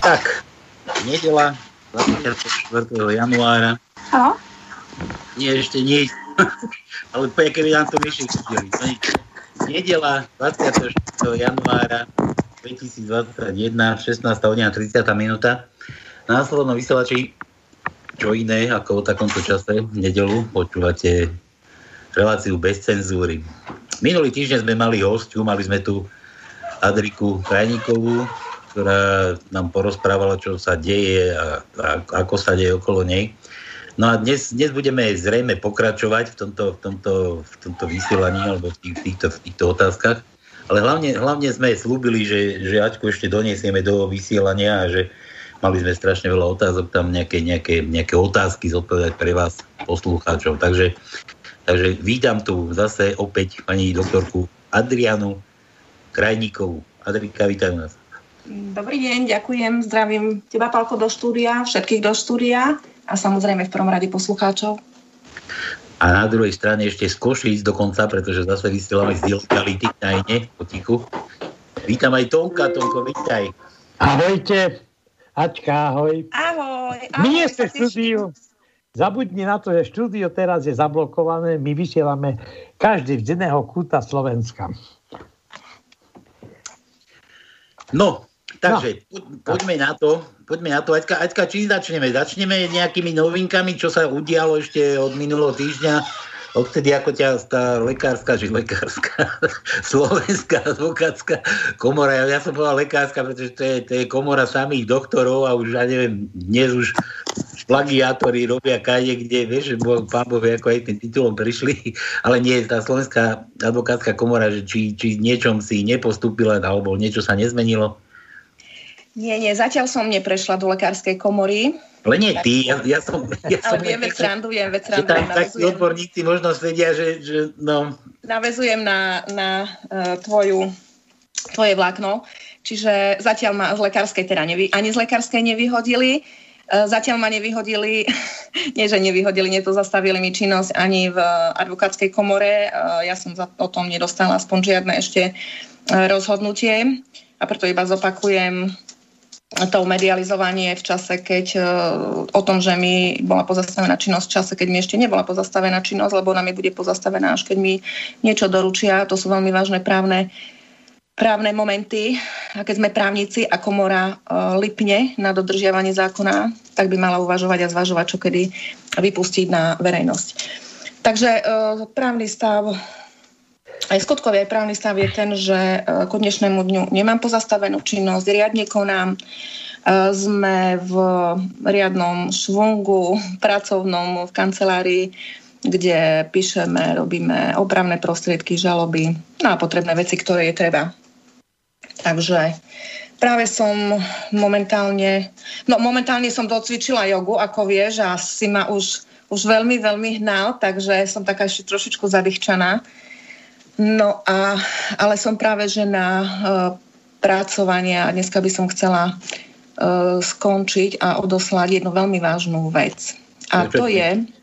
Tak, nedeľa 24. januára. Áno? Nie, ešte nie. Ale keby nám to myši chodili. Nedeľa 24. januára 2021, 16. hodina 30. minúta. Na Slobodnom vysielači, čo iné ako o takomto čase v nedeľu počúvate reláciu bez cenzúry. Minulý týždeň sme mali hostiu, mali sme tu Adriku Krajníkovú, ktorá nám porozprávala, čo sa deje a ako sa deje okolo nej. No a dnes budeme zrejme pokračovať v tomto vysielaní alebo v týchto otázkach. Ale hlavne sme slúbili, že Aťku ešte doniesieme do vysielania a že mali sme strašne veľa otázok, tam nejaké otázky zodpovedať pre vás, poslucháčov. Takže vítam tu zase opäť pani doktorku Adrianu Krajníkovú. Adrika, vítaj nás. Dobrý deň, ďakujem, zdravím teba, Pálko, do štúdia, všetkých do štúdia a samozrejme v prvom rade poslucháčov. A na druhej strane ešte z Košíc dokonca, pretože zase vysielame z dielky tajne, potichu. Vítam aj Tonka. Tonko, vítaj. Ahojte, Aťka, ahoj. Ahoj. My nie sme v štúdiu. Zabudni na to, že štúdio teraz je zablokované. My vysielame každý z iného kúta Slovenska. No, takže poďme na to. Aťka, či začneme? Začneme nejakými novinkami, čo sa udialo ešte od minulého týždňa, odtedy ako ťa tá lekárska, Slovenská advokátska komora, ja som povedal lekárska, pretože to je komora samých doktorov a už, ja neviem, dnes už plagiátori robia kde, vieš, že pán Boh vie, ako aj tým titulom prišli, ale nie, tá Slovenská advokátska komora, že či niečom si nepostúpila, alebo niečo sa nezmenilo. Nie, zatiaľ som neprešla do lekárskej komory. Ale nie ty, ja som... Ale viem, veď srandujem. Takí odborníci možno sledia, že no... Navezujem na tvoje vlákno. Čiže zatiaľ ma z lekárskej ani z lekárskej nevyhodili. Zatiaľ ma nevyhodili, nepozastavili mi činnosť ani v advokátskej komore. Ja som o tom nedostala aspoň žiadne ešte rozhodnutie. A preto iba zopakujem to medializovanie v čase, keď o tom, že mi bola pozastavená činnosť v čase, keď mi ešte nebola pozastavená činnosť, lebo ona mi bude pozastavená, až keď mi niečo doručia. To sú veľmi vážne právne momenty. A keď sme právnici a komora lipne na dodržiavanie zákona, tak by mala uvažovať a zvažovať, čo kedy vypustiť na verejnosť. Takže právny stav, aj skutkový aj právny stav je ten, že k dnešnému dňu nemám pozastavenú činnosť, riadne konám, sme v riadnom švungu pracovnom v kancelárii, kde píšeme, robíme opravné prostriedky, žaloby, no a potrebné veci, ktoré je treba. Takže práve som momentálne som docvičila jogu, ako vieš, a si ma už veľmi, veľmi hnal, takže som taká ešte trošičku zadýchčaná. No ale som práve že na pracovanie a dneska by som chcela skončiť a odoslať jednu veľmi vážnu vec. A to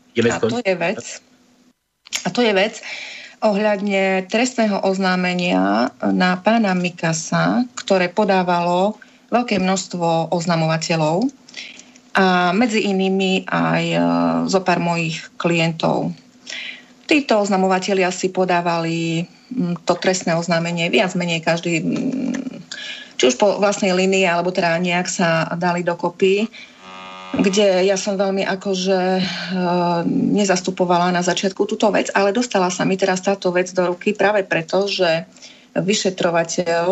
je vec ohľadne trestného oznámenia na pána Mikasa, ktoré podávalo veľké množstvo oznamovateľov a medzi inými aj zo pár mojich klientov. Títo oznamovatelia si podávali to trestné oznámenie viac menej každý, či už po vlastnej línii, alebo teda nejak sa dali dokopy, kde ja som veľmi akože nezastupovala na začiatku túto vec, ale dostala sa mi teraz táto vec do ruky práve preto, že vyšetrovateľ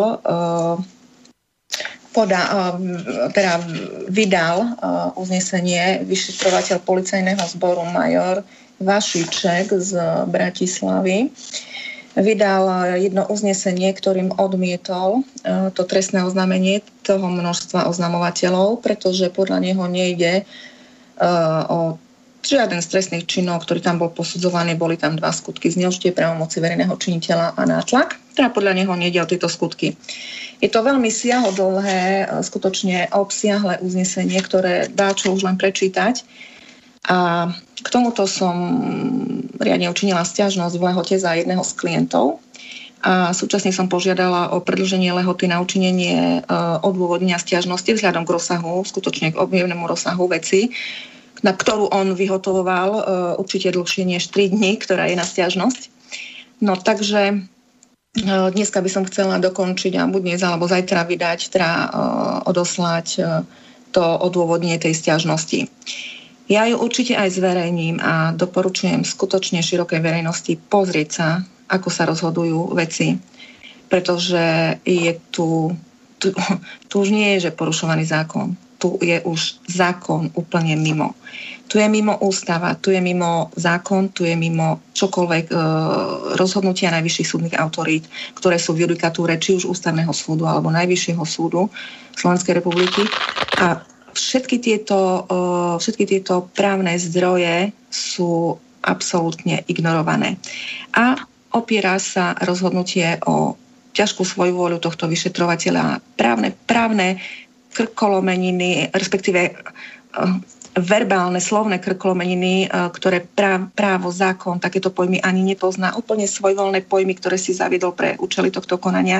vydal uznesenie, vyšetrovateľ policajného zboru major Vašiček z Bratislavy vydal jedno uznesenie, ktorým odmietol to trestné oznámenie toho množstva oznamovateľov, pretože podľa neho nejde o žiaden z trestných činov, ktorý tam bol posudzovaný. Boli tam 2 skutky: zneužitie právomoci verejného činiteľa a nátlak. Teda podľa neho nejde o tieto skutky. Je to veľmi siahodlhé, skutočne obsiahle uznesenie, ktoré dá čo už len prečítať. A k tomuto som riadne učinila sťažnosť v lehote za jedného z klientov. a súčasne som požiadala o predĺženie lehoty na učinenie odôvodnenia sťažnosti vzhľadom k rozsahu, skutočne k objemnému rozsahu veci, na ktorú on vyhotovoval určite dlhšie než 3 dni, ktorá je na sťažnosť. No takže dneska by som chcela dokončiť a buď dnes alebo zajtra vydať, teda odoslať to odôvodnenie tej sťažnosti. Ja ju určite aj zverejním a doporučujem skutočne širokej verejnosti pozrieť sa, ako sa rozhodujú veci, pretože je tu už nie je, že porušovaný zákon. Tu je už zákon úplne mimo. Tu je mimo ústava, tu je mimo zákon, tu je mimo čokoľvek rozhodnutia najvyšších súdnych autorít, ktoré sú v judikatúre či už Ústavného súdu alebo Najvyššieho súdu Slovenskej republiky. A všetky tieto právne zdroje sú absolútne ignorované. A opiera sa rozhodnutie o ťažkú svojvôľu tohto vyšetrovateľa právne krkolomeniny, respektíve verbálne, slovné krkolomeniny, ktoré právo, zákon, takéto pojmy ani nepozná. Úplne svojvoľné pojmy, ktoré si zaviedol pre účely tohto konania,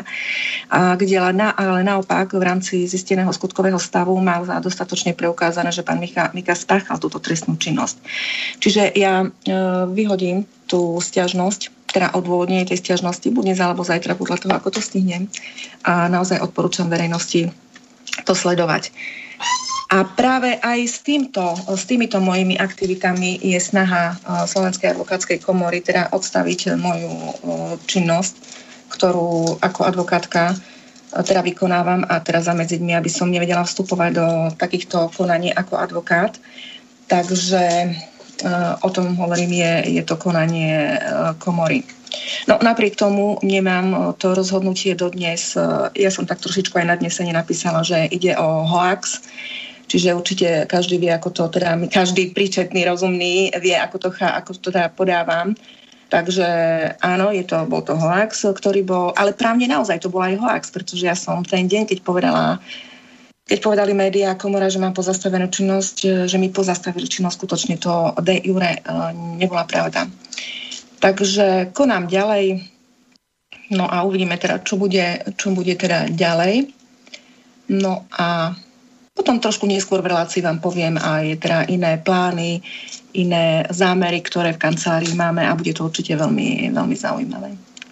ale naopak v rámci zisteného skutkového stavu mal za dostatočne preukázané, že pán Mika spáchal túto trestnú činnosť. Čiže ja vyhodím tú sťažnosť, teda odôvodnenie tej sťažnosti, buď dnes alebo zajtra, podľa toho, ako to stihnem. A naozaj odporúčam verejnosti to sledovať. A práve aj s týmito mojimi aktivitami je snaha Slovenskej advokátskej komory teda odstaviť moju činnosť, ktorú ako advokátka teda vykonávam a teda zamedziť mi, aby som nevedela vstupovať do takýchto konaní ako advokát. Takže o tom hovorím, je to konanie komory. No napriek tomu nemám to rozhodnutie dodnes. Ja som tak trošičku aj nadnesene napísala, že ide o hoax. Čiže určite každý vie, ako to teda, každý príčetný, rozumný vie, ako to teda podávam. Takže áno, bol to hoax, ktorý bol, ale právne naozaj to bol aj hoax, pretože ja som ten deň, keď povedali médiá komora, že mám pozastavenú činnosť, že mi pozastavili činnosť, skutočne to de jure nebola pravda. Takže konám ďalej, no a uvidíme teda, čo bude teda ďalej. No a potom trošku neskôr v relácii vám poviem aj teda iné plány, iné zámery, ktoré v kancelárii máme a bude to určite veľmi, veľmi zaujímavé.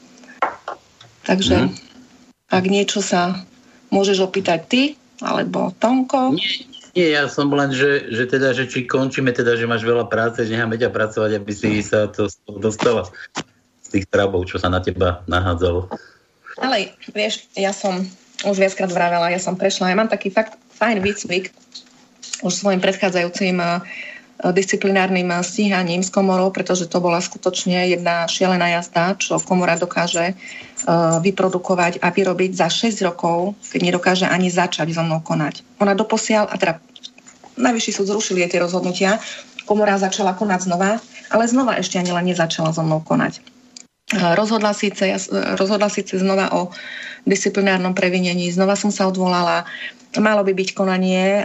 Takže ak niečo sa môžeš opýtať ty, alebo Tonko. Nie, ja som len, že či končíme teda, že máš veľa práce, že necháme ťa pracovať, aby si sa to dostala z tých trabov, čo sa na teba nahádzalo. Ale vieš, ja som už viackrát vravela, ja som prešla, ja mám taký fakt fajn výcvik už svojim predchádzajúcim disciplinárnym stíhaním s komorou, pretože to bola skutočne jedna šialená jazda, čo komora dokáže vyprodukovať a vyrobiť za 6 rokov, keď nedokáže ani začať so mnou konať. Ona doposiaľ, a teda Najvyšší súd zrušil jej tie rozhodnutia, komora začala konať znova, ale znova ešte ani len nezačala so mnou konať. Rozhodla síce znova o disciplinárnom previnení, znova som sa odvolala. Malo by byť konanie,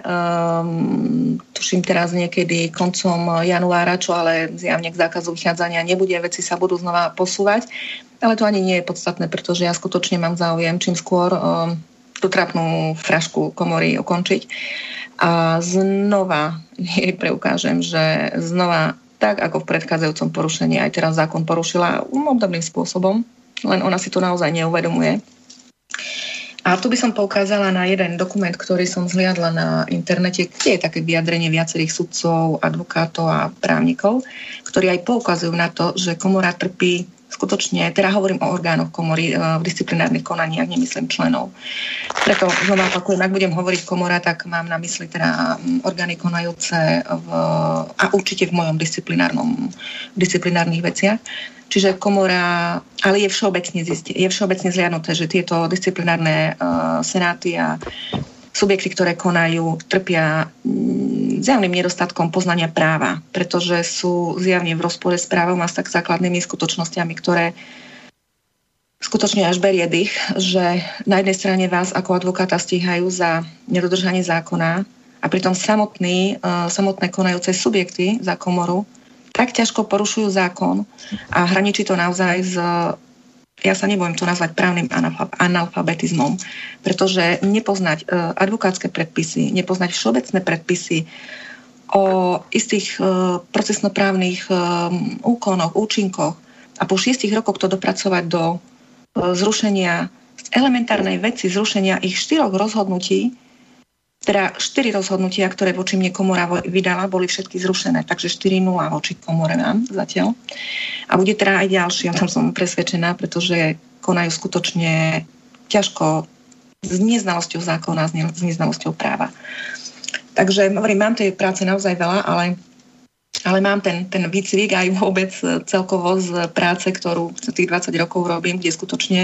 tuším teraz niekedy koncom januára, čo ale zjavne k zákazu vychádzania nebude, veci sa budú znova posúvať, ale to ani nie je podstatné, pretože ja skutočne mám záujem čím skôr tú trápnu frašku komory ukončiť. A znova jej preukážem, že znova tak ako v predchádzajúcom porušení aj teraz zákon porušila obdobným spôsobom, len ona si to naozaj neuvedomuje. A tu by som poukázala na jeden dokument, ktorý som zhliadla na internete, kde je také vyjadrenie viacerých sudcov, advokátov a právnikov, ktorí aj poukazujú na to, že komora trpí skutočne, teda hovorím o orgánoch komory v disciplinárnych konaniach, nemyslím členov. Preto znova opakujem, ak budem hovoriť komora, tak mám na mysli teda orgány konajúce a určite v mojom disciplinárnych veciach. Čiže komora, ale je všeobecne zliadnuté, že tieto disciplinárne senáty a subjekty, ktoré konajú, trpia zjavným nedostatkom poznania práva, pretože sú zjavne v rozpore s právom a s tak základnými skutočnosťami, ktoré skutočne až berie dých, že na jednej strane vás ako advokáta stíhajú za nedodržanie zákona a pritom samotné konajúce subjekty za komoru tak ťažko porušujú zákon a hraničí to naozaj s ja sa nebojím to nazvať právnym analfabetizmom, pretože nepoznať advokátske predpisy, nepoznať všeobecné predpisy o istých procesnoprávnych úkonoch, účinkoch a po 6 rokoch to dopracovať do zrušenia elementárnej veci, zrušenia ich 4 rozhodnutí, teda 4 rozhodnutia, ktoré voči mne komora vydala, boli všetky zrušené, takže 4-0 voči komore mám zatiaľ. A bude teda aj ďalšie, o tom som presvedčená, pretože konajú skutočne ťažko s neznalosťou zákona, s neznalosťou práva. Takže hovorím, mám tej práce naozaj veľa, ale mám ten výcvik aj vôbec celkovo z práce, ktorú tých 20 rokov robím, kde skutočne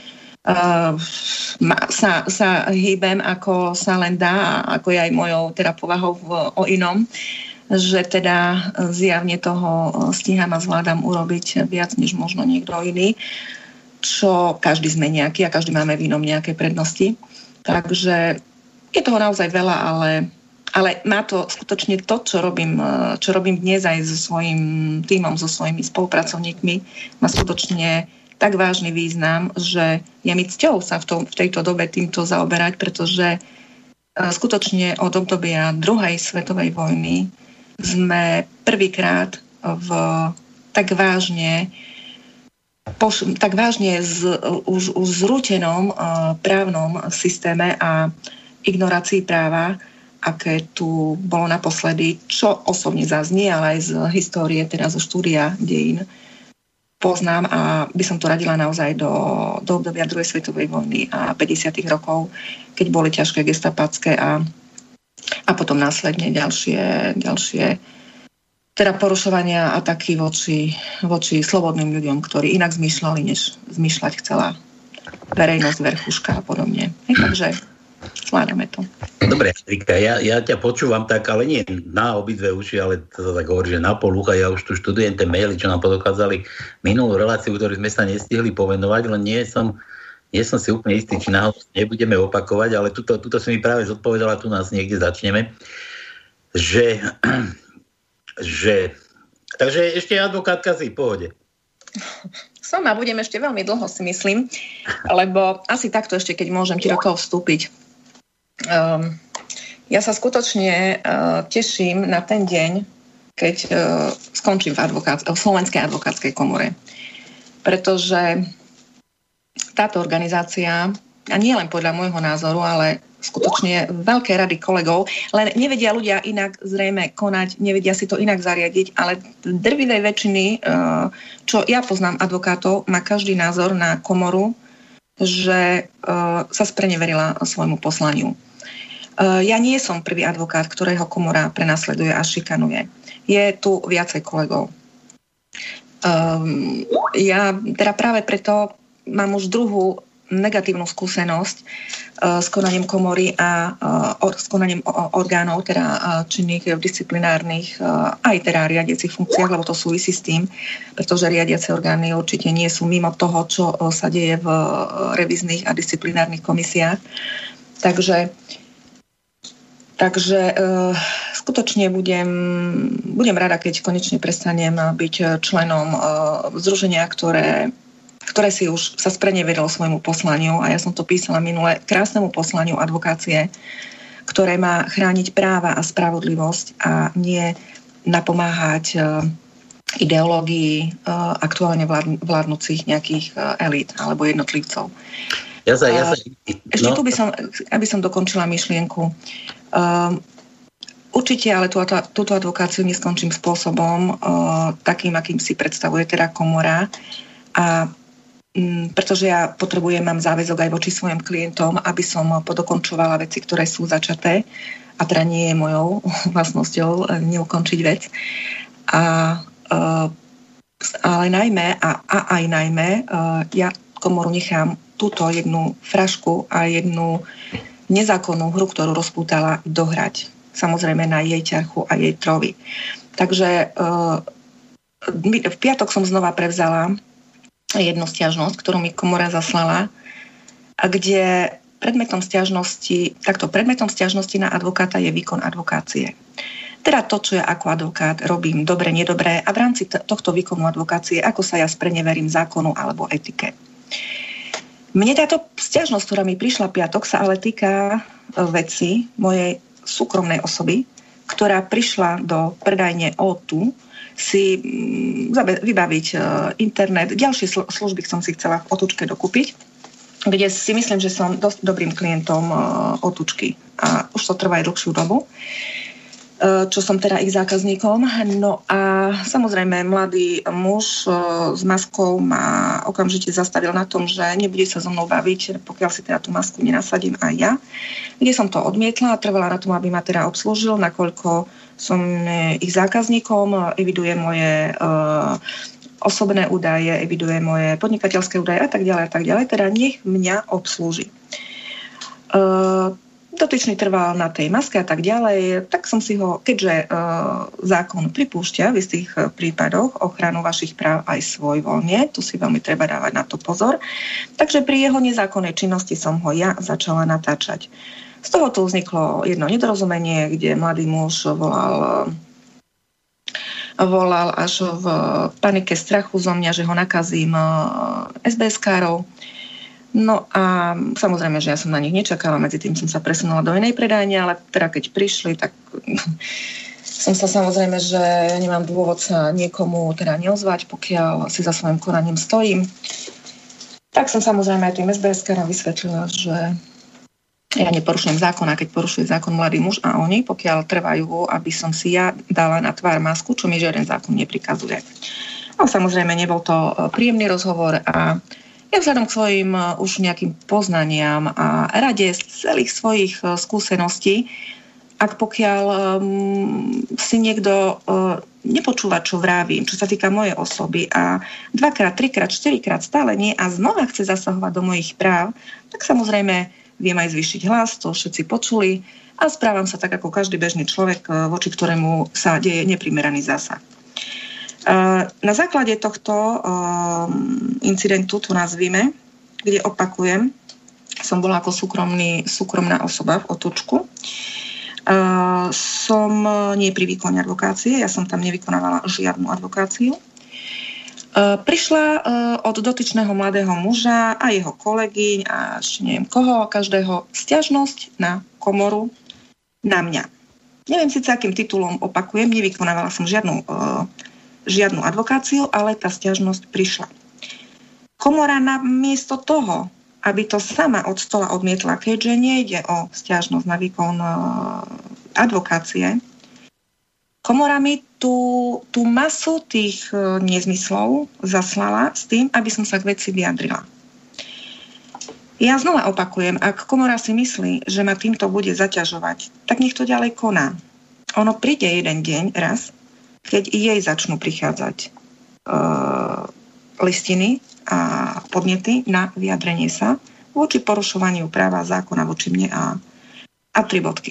sa hýbem, ako sa len dá, ako je aj mojou teda povahou o inom, že teda zjavne toho stíham a zvládam urobiť viac, než možno niekto iný, čo každý sme nejaký a každý máme v inom nejaké prednosti. Takže je toho naozaj veľa, ale má to skutočne to, čo robím dnes aj so svojím tímom, so svojimi spolupracovníkmi, má skutočne tak vážny význam, že je mi cťou sa v tejto dobe týmto zaoberať, pretože skutočne od obdobia druhej svetovej vojny sme prvýkrát v tak vážne zrútenom právnom systéme a ignorácii práva, aké tu bolo naposledy, čo osobne zaznie, ale aj z histórie, teda zo štúdia dejín, poznám a by som to radila naozaj do obdobia druhej svetovej vojny a 50. rokov, keď boli ťažké gestapácké a potom následne ďalšie teda porušovania a ataky voči slobodným ľuďom, ktorí inak zmýšľali, než zmýšľať chcela verejnosť, verchuška a podobne. Takže zvládame to. Dobre, Rika, ja ťa počúvam tak, ale nie na obidve uši, ale to tak hovorí, že na pol ucha. Ja už tu študujem tie maily, čo nám podokázali minulú reláciu, ktorú sme sa nestihli povenovať, len nie som si úplne istý, či náhodou nebudeme opakovať, ale tuto si mi práve zodpovedala, tu nás niekde začneme, takže ešte advokátka si v pohode. Som a budem ešte veľmi dlho, si myslím, lebo asi takto ešte, keď môžem ti do toho vstúpiť. Ja sa skutočne teším na ten deň, keď skončím v Slovenskej advokátskej komore. Pretože táto organizácia, a nie len podľa môjho názoru, ale skutočne veľké rady kolegov, len nevedia ľudia inak zrejme konať, nevedia si to inak zariadiť, ale drvivej väčšiny, čo ja poznám advokátov, má každý názor na komoru, že sa spreneverila svojmu poslaniu. Ja nie som prvý advokát, ktorého komora prenasleduje a šikanuje. Je tu viacej kolegov. Ja teda práve preto mám už druhú negatívnu skúsenosť s konaním komory a s konaním orgánov, teda činných v disciplinárnych aj teda riadiacich funkciách, lebo to súvisí s tým, pretože riadiace orgány určite nie sú mimo toho, čo sa deje v revíznych a disciplinárnych komisiách. Takže skutočne budem rada, keď konečne prestanem byť členom združenia, ktoré si už sa spreneverilo svojmu poslaniu, a ja som to písala minule, krásnemu poslaniu advokácie, ktoré má chrániť práva a spravodlivosť a nie napomáhať ideológii aktuálne vládnúcich nejakých elít alebo jednotlivcov. Ešte tu by som, aby som dokončila myšlienku. Určite, ale túto advokáciu neskončím spôsobom takým, akým si predstavuje teda komora, a pretože ja mám záväzok aj voči svojim klientom, aby som podokončovala veci, ktoré sú začaté, a teda nie je mojou vlastnosťou neukončiť vec. Ale najmä, ja komoru nechám túto jednu frašku a jednu nezákonnú hru, ktorú rozpútala, dohrať. Samozrejme na jej ťarchu a jej trovy. Takže v piatok som znova prevzala jednu sťažnosť, ktorú mi komora zaslala, a kde predmetom sťažnosti na advokáta je výkon advokácie. Teda to, čo ja ako advokát robím dobre, nedobre, a v rámci tohto výkonu advokácie, ako sa ja spreneverím zákonu alebo etike. Mne táto sťažnosť, ktorá mi prišla piatok, sa ale týka veci mojej súkromnej osoby, ktorá prišla do predajne O2 si vybaviť internet. Ďalšie služby som si chcela v Otučke dokúpiť, kde si myslím, že som dosť dobrým klientom Otučky. A už to trvá aj dlhšiu dobu, čo som teda ich zákazníkom. No a samozrejme mladý muž s maskou ma okamžite zastavil na tom, že nebude sa so mnou baviť, pokiaľ si teda tú masku nenasadím aj ja. Kde som to odmietla a trvala na tom, aby ma teda obslúžil, nakoľko som ich zákazníkom, eviduje moje osobné údaje, eviduje moje podnikateľské údaje a tak ďalej, teda nech mňa obslúži. Dotyčný trval na tej maske a tak ďalej, tak som si ho, keďže zákon pripúšťa v istých prípadoch ochranu vašich práv aj svojvoľne, tu si veľmi treba dávať na to pozor, takže pri jeho nezákonnej činnosti som ho ja začala natáčať. Z toho tu vzniklo jedno nedorozumenie, kde mladý muž volal až v panike strachu zo mňa, že ho nakazím SBS-károv. No a samozrejme, že ja som na nich nečakala, medzi tým som sa presunula do inej predajne, ale teda keď prišli, tak som sa samozrejme, že nemám dôvod sa niekomu teda neozvať, pokiaľ si za svojím konaním stojím. Tak som samozrejme aj tým SBS-károm vysvetlila, že ja neporušujem zákon, a keď porušuje zákon mladý muž a oni, pokiaľ trvajú, aby som si ja dala na tvár masku, čo mi žiaden zákon neprikazuje. No samozrejme, nebol to príjemný rozhovor a ja vzhľadom k svojim už nejakým poznaniam a rade z celých svojich skúseností, ak pokiaľ si niekto nepočúva, čo vravím, čo sa týka mojej osoby a 2-krát, 3-krát, 4-krát stále nie a znova chce zasahovať do mojich práv, tak samozrejme viem aj zvýšiť hlas, to všetci počuli a správam sa tak ako každý bežný človek, voči ktorému sa deje neprimeraný zásah. Na základe tohto incidentu, tu nazvime, kde opakujem, som bola ako súkromná osoba v Otučku. Som nie pri výkone advokácie, ja som tam nevykonávala žiadnu advokáciu. Prišla od dotyčného mladého muža a jeho kolegyň a ešte neviem koho, každého sťažnosť na komoru na mňa. Neviem síce, akým titulom opakujem, nevykonávala som žiadnu advokáciu, ale tá sťažnosť prišla. Komora namiesto toho, aby to sama od stola odmietla, keďže nejde o sťažnosť na výkon advokácie, komora mi tú masu tých nezmyslov zaslala s tým, aby som sa k veci vyjadrila. Ja znova opakujem, ak komora si myslí, že ma týmto bude zaťažovať, tak nech to ďalej koná. Ono príde jeden deň raz, keď jej začnú prichádzať listiny a podnety na vyjadrenie sa voči porušovaniu práva zákona voči mne a 3 bodky.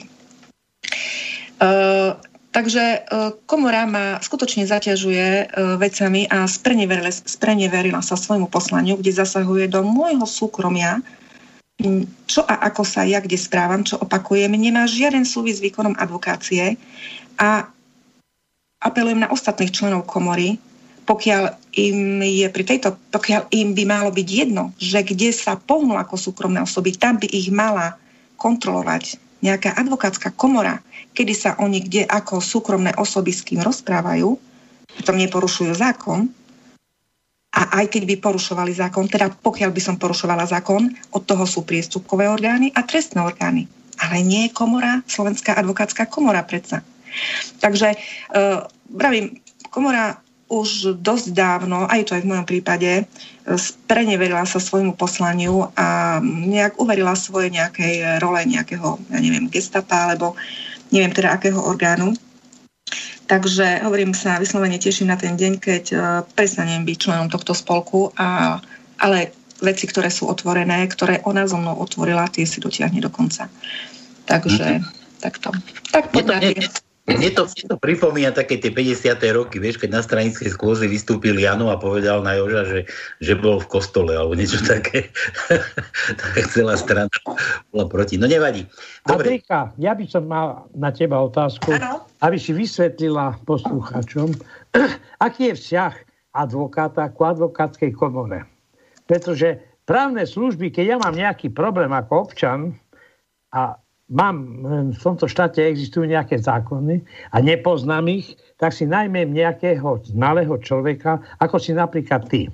Takže komora ma skutočne zaťažuje vecami a spreneverila sa svojmu poslaniu, kde zasahuje do môjho súkromia, čo a ako sa ja kde správam, čo opakujem, nemá žiaden súvis s výkonom advokácie a apelujem na ostatných členov komory, pokiaľ im by malo byť jedno, že kde sa pohnú ako súkromné osoby, tam by ich mala kontrolovať nejaká advokátska komora, kedy sa oni kde ako súkromné osoby s kým rozprávajú, potom neporušujú zákon. A aj keď by porušovali zákon, teda pokiaľ by som porušovala zákon, od toho sú priestupkové orgány a trestné orgány. Ale nie komora, Slovenská advokátska komora predsa. Takže pravím, komora už dosť dávno, aj to aj v mojom prípade, spreneverila sa svojmu poslaniu a nejak uverila svoje nejakej role nejakého, ja neviem, gestapa, alebo neviem teda akého orgánu. Takže hovorím sa, vyslovene teším na ten deň, keď prestanem byť členom tohto spolku, ale veci, ktoré sú otvorené, ktoré ona so mnou otvorila, tie si dotiahne do konca. Takže takto. Tak poďme. Mne to pripomína také tie 50. roky, vieš, keď na stranickej skôzi vystúpil Jano a povedal na Joža, že bol v kostole, alebo niečo také. Tak celá strana bola proti. No nevadí. Dobre. Andrejka, ja by som mal na teba otázku, aby si vysvetlila poslucháčom, aký je vzťah advokáta ku advokátskej komore. Pretože právne služby, keď ja mám nejaký problém ako občan a v tomto štáte existujú nejaké zákony a nepoznám ich, tak si najmem nejakého znalého človeka, ako si napríklad ty.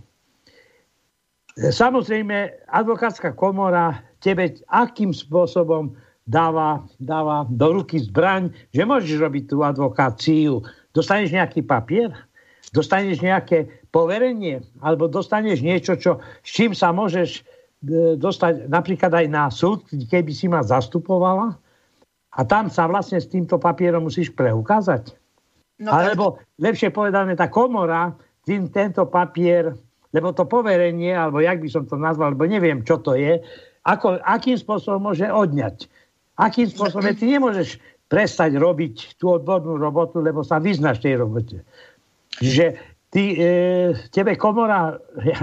Samozrejme, advokátska komora tebe akým spôsobom dáva do ruky zbraň, že môžeš robiť tú advokáciu. Dostaneš nejaký papier? Dostaneš nejaké poverenie? Alebo dostaneš niečo, s čím sa môžeš dostať napríklad aj na súd, keby si ma zastupovala? A tam sa vlastne s týmto papierom musíš preukázať? No, alebo lepšie povedané, tá komora tento papier, lebo to poverenie, alebo jak by som to nazval, lebo neviem, čo to je, akým spôsobom môže odňať. Akým spôsobom ty nemôžeš prestať robiť tú odbornú robotu, lebo sa vyznáš v tej robote. Že tebe komora...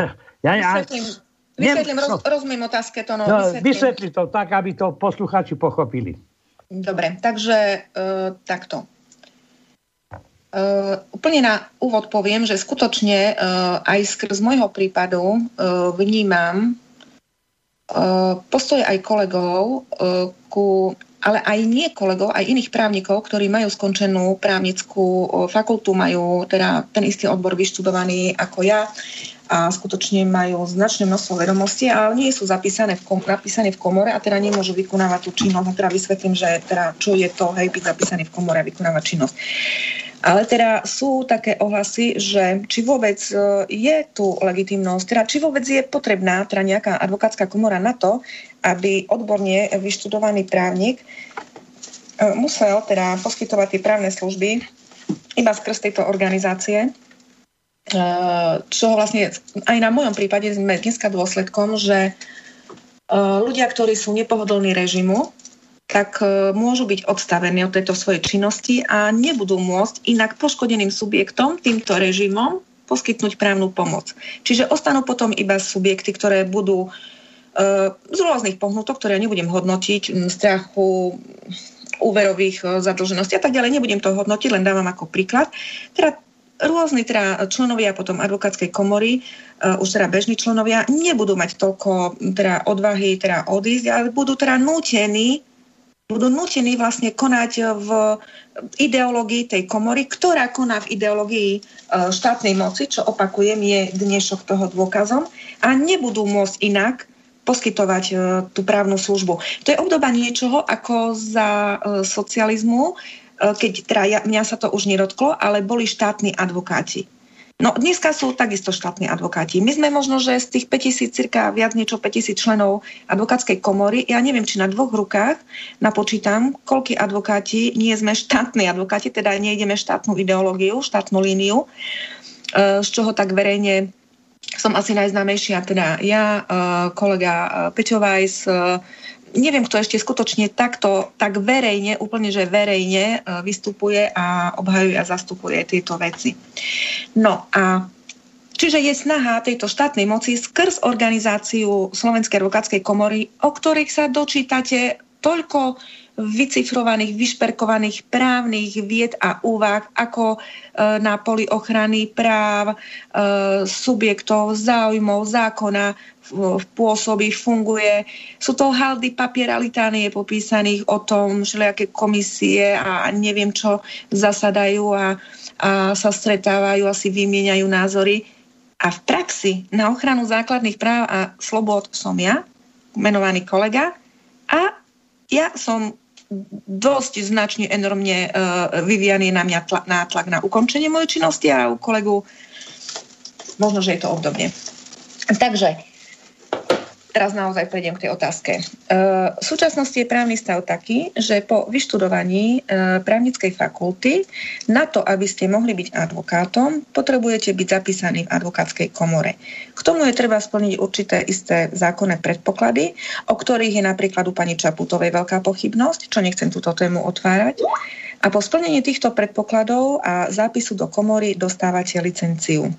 Rozumiem otázke to. Vysvetli to tak, aby to poslucháči pochopili. Dobre, takže takto. Úplne na úvod poviem, že skutočne aj skrz môjho prípadu vnímam postoj aj kolegov, ale aj nie kolegov, aj iných právnikov, ktorí majú skončenú právnickú fakultu, majú teda ten istý odbor vyštudovaný ako ja a skutočne majú značné množstvo vedomostí, ale nie sú napísané v komore a teda nemôžu vykonávať tú činnosť. A teda vysvetlím, že teda, čo je to, byť zapísaný v komore a vykonávať činnosť. Ale teda sú také ohlasy, že či vôbec je tu legitímnosť, teda či vôbec je potrebná teda nejaká advokátska komora na to, aby odborne vyštudovaný právnik musel teda poskytovať tie právne služby iba skrz tejto organizácie, čo vlastne aj na mojom prípade sme dneska dôsledkom, že ľudia, ktorí sú nepohodlní režimu, tak môžu byť odstavení od tejto svojej činnosti a nebudú môcť inak poškodeným subjektom, týmto režimom, poskytnúť právnu pomoc. Čiže ostanú potom iba subjekty, ktoré budú z rôznych pohnutok, ktoré ja nebudem hodnotiť, strachu, úverových zadlžeností a tak ďalej. Nebudem to hodnotiť, len dávam ako príklad. Teda rôzni teda členovia potom advokátskej komory, už teda bežní členovia, nebudú mať toľko teda odvahy teda odísť, ale budú teda nútení vlastne konať v ideológii tej komory, ktorá koná v ideológii štátnej moci, čo opakujem, je dnešok toho dôkazom a nebudú môcť inak poskytovať tú právnu službu. To je obdoba niečoho ako za socializmu, keď teda mňa sa to už nedotklo, ale boli štátni advokáti. No dneska sú takisto štátni advokáti. My sme možno, že z tých 5000, cirka viac niečo 5000 členov advokátskej komory, ja neviem, či na 2 rukách napočítam, koľkí advokáti nie sme štátni advokáti, teda nejdeme štátnu ideológiu, štátnu líniu, z čoho tak verejne som asi najznámejšia, teda ja, kolega Peťo Vajs, neviem, kto ešte skutočne tak verejne, úplne, že verejne vystupuje a obhajuje a zastupuje tieto veci. No a čiže je snaha tejto štátnej moci skrz organizáciu Slovenskej advokátskej komory, o ktorých sa dočítate toľko vycifrovaných, vyšperkovaných právnych vied a úvah, ako na poli ochrany práv, subjektov, záujmov, zákona pôsobí, funguje. Sú to haldy papiera litánie popísaných o tom, že aké komisie a neviem čo zasadajú a sa stretávajú a si vymieňajú názory. A v praxi na ochranu základných práv a slobod som ja, menovaný kolega, a ja som dosť značne, enormne vyvíjaný na mňa nátlak na ukončenie mojej činnosti a u kolegu možno, že je to obdobne. Takže teraz naozaj prejdem k tej otázke. V súčasnosti je právny stav taký, že po vyštudovaní právnickej fakulty na to, aby ste mohli byť advokátom, potrebujete byť zapísaní v advokátskej komore. K tomu je treba splniť určité isté zákonné predpoklady, o ktorých je napríklad u pani Čaputovej veľká pochybnosť, čo nechcem túto tému otvárať. A po splnení týchto predpokladov a zápisu do komory dostávate licenciu.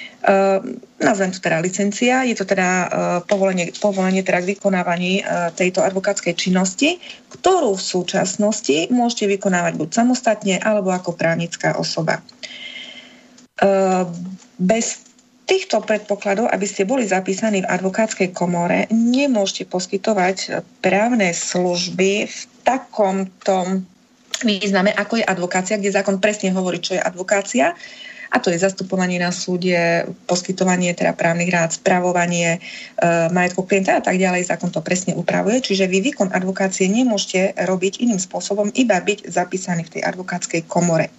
Nazvem to teda licencia, je to teda povolenie teda k vykonávaní tejto advokátskej činnosti, ktorú v súčasnosti môžete vykonávať buď samostatne, alebo ako právnická osoba. Bez týchto predpokladov, aby ste boli zapísaní v advokátskej komore, nemôžete poskytovať právne služby v takomto význame, ako je advokácia, kde zákon presne hovorí, čo je advokácia. A to je zastupovanie na súde, poskytovanie teda právnych rád, spravovanie majetku klienta a tak ďalej. Zákon to presne upravuje. Čiže vy výkon advokácie nemôžete robiť iným spôsobom, iba byť zapísaný v tej advokátskej komore.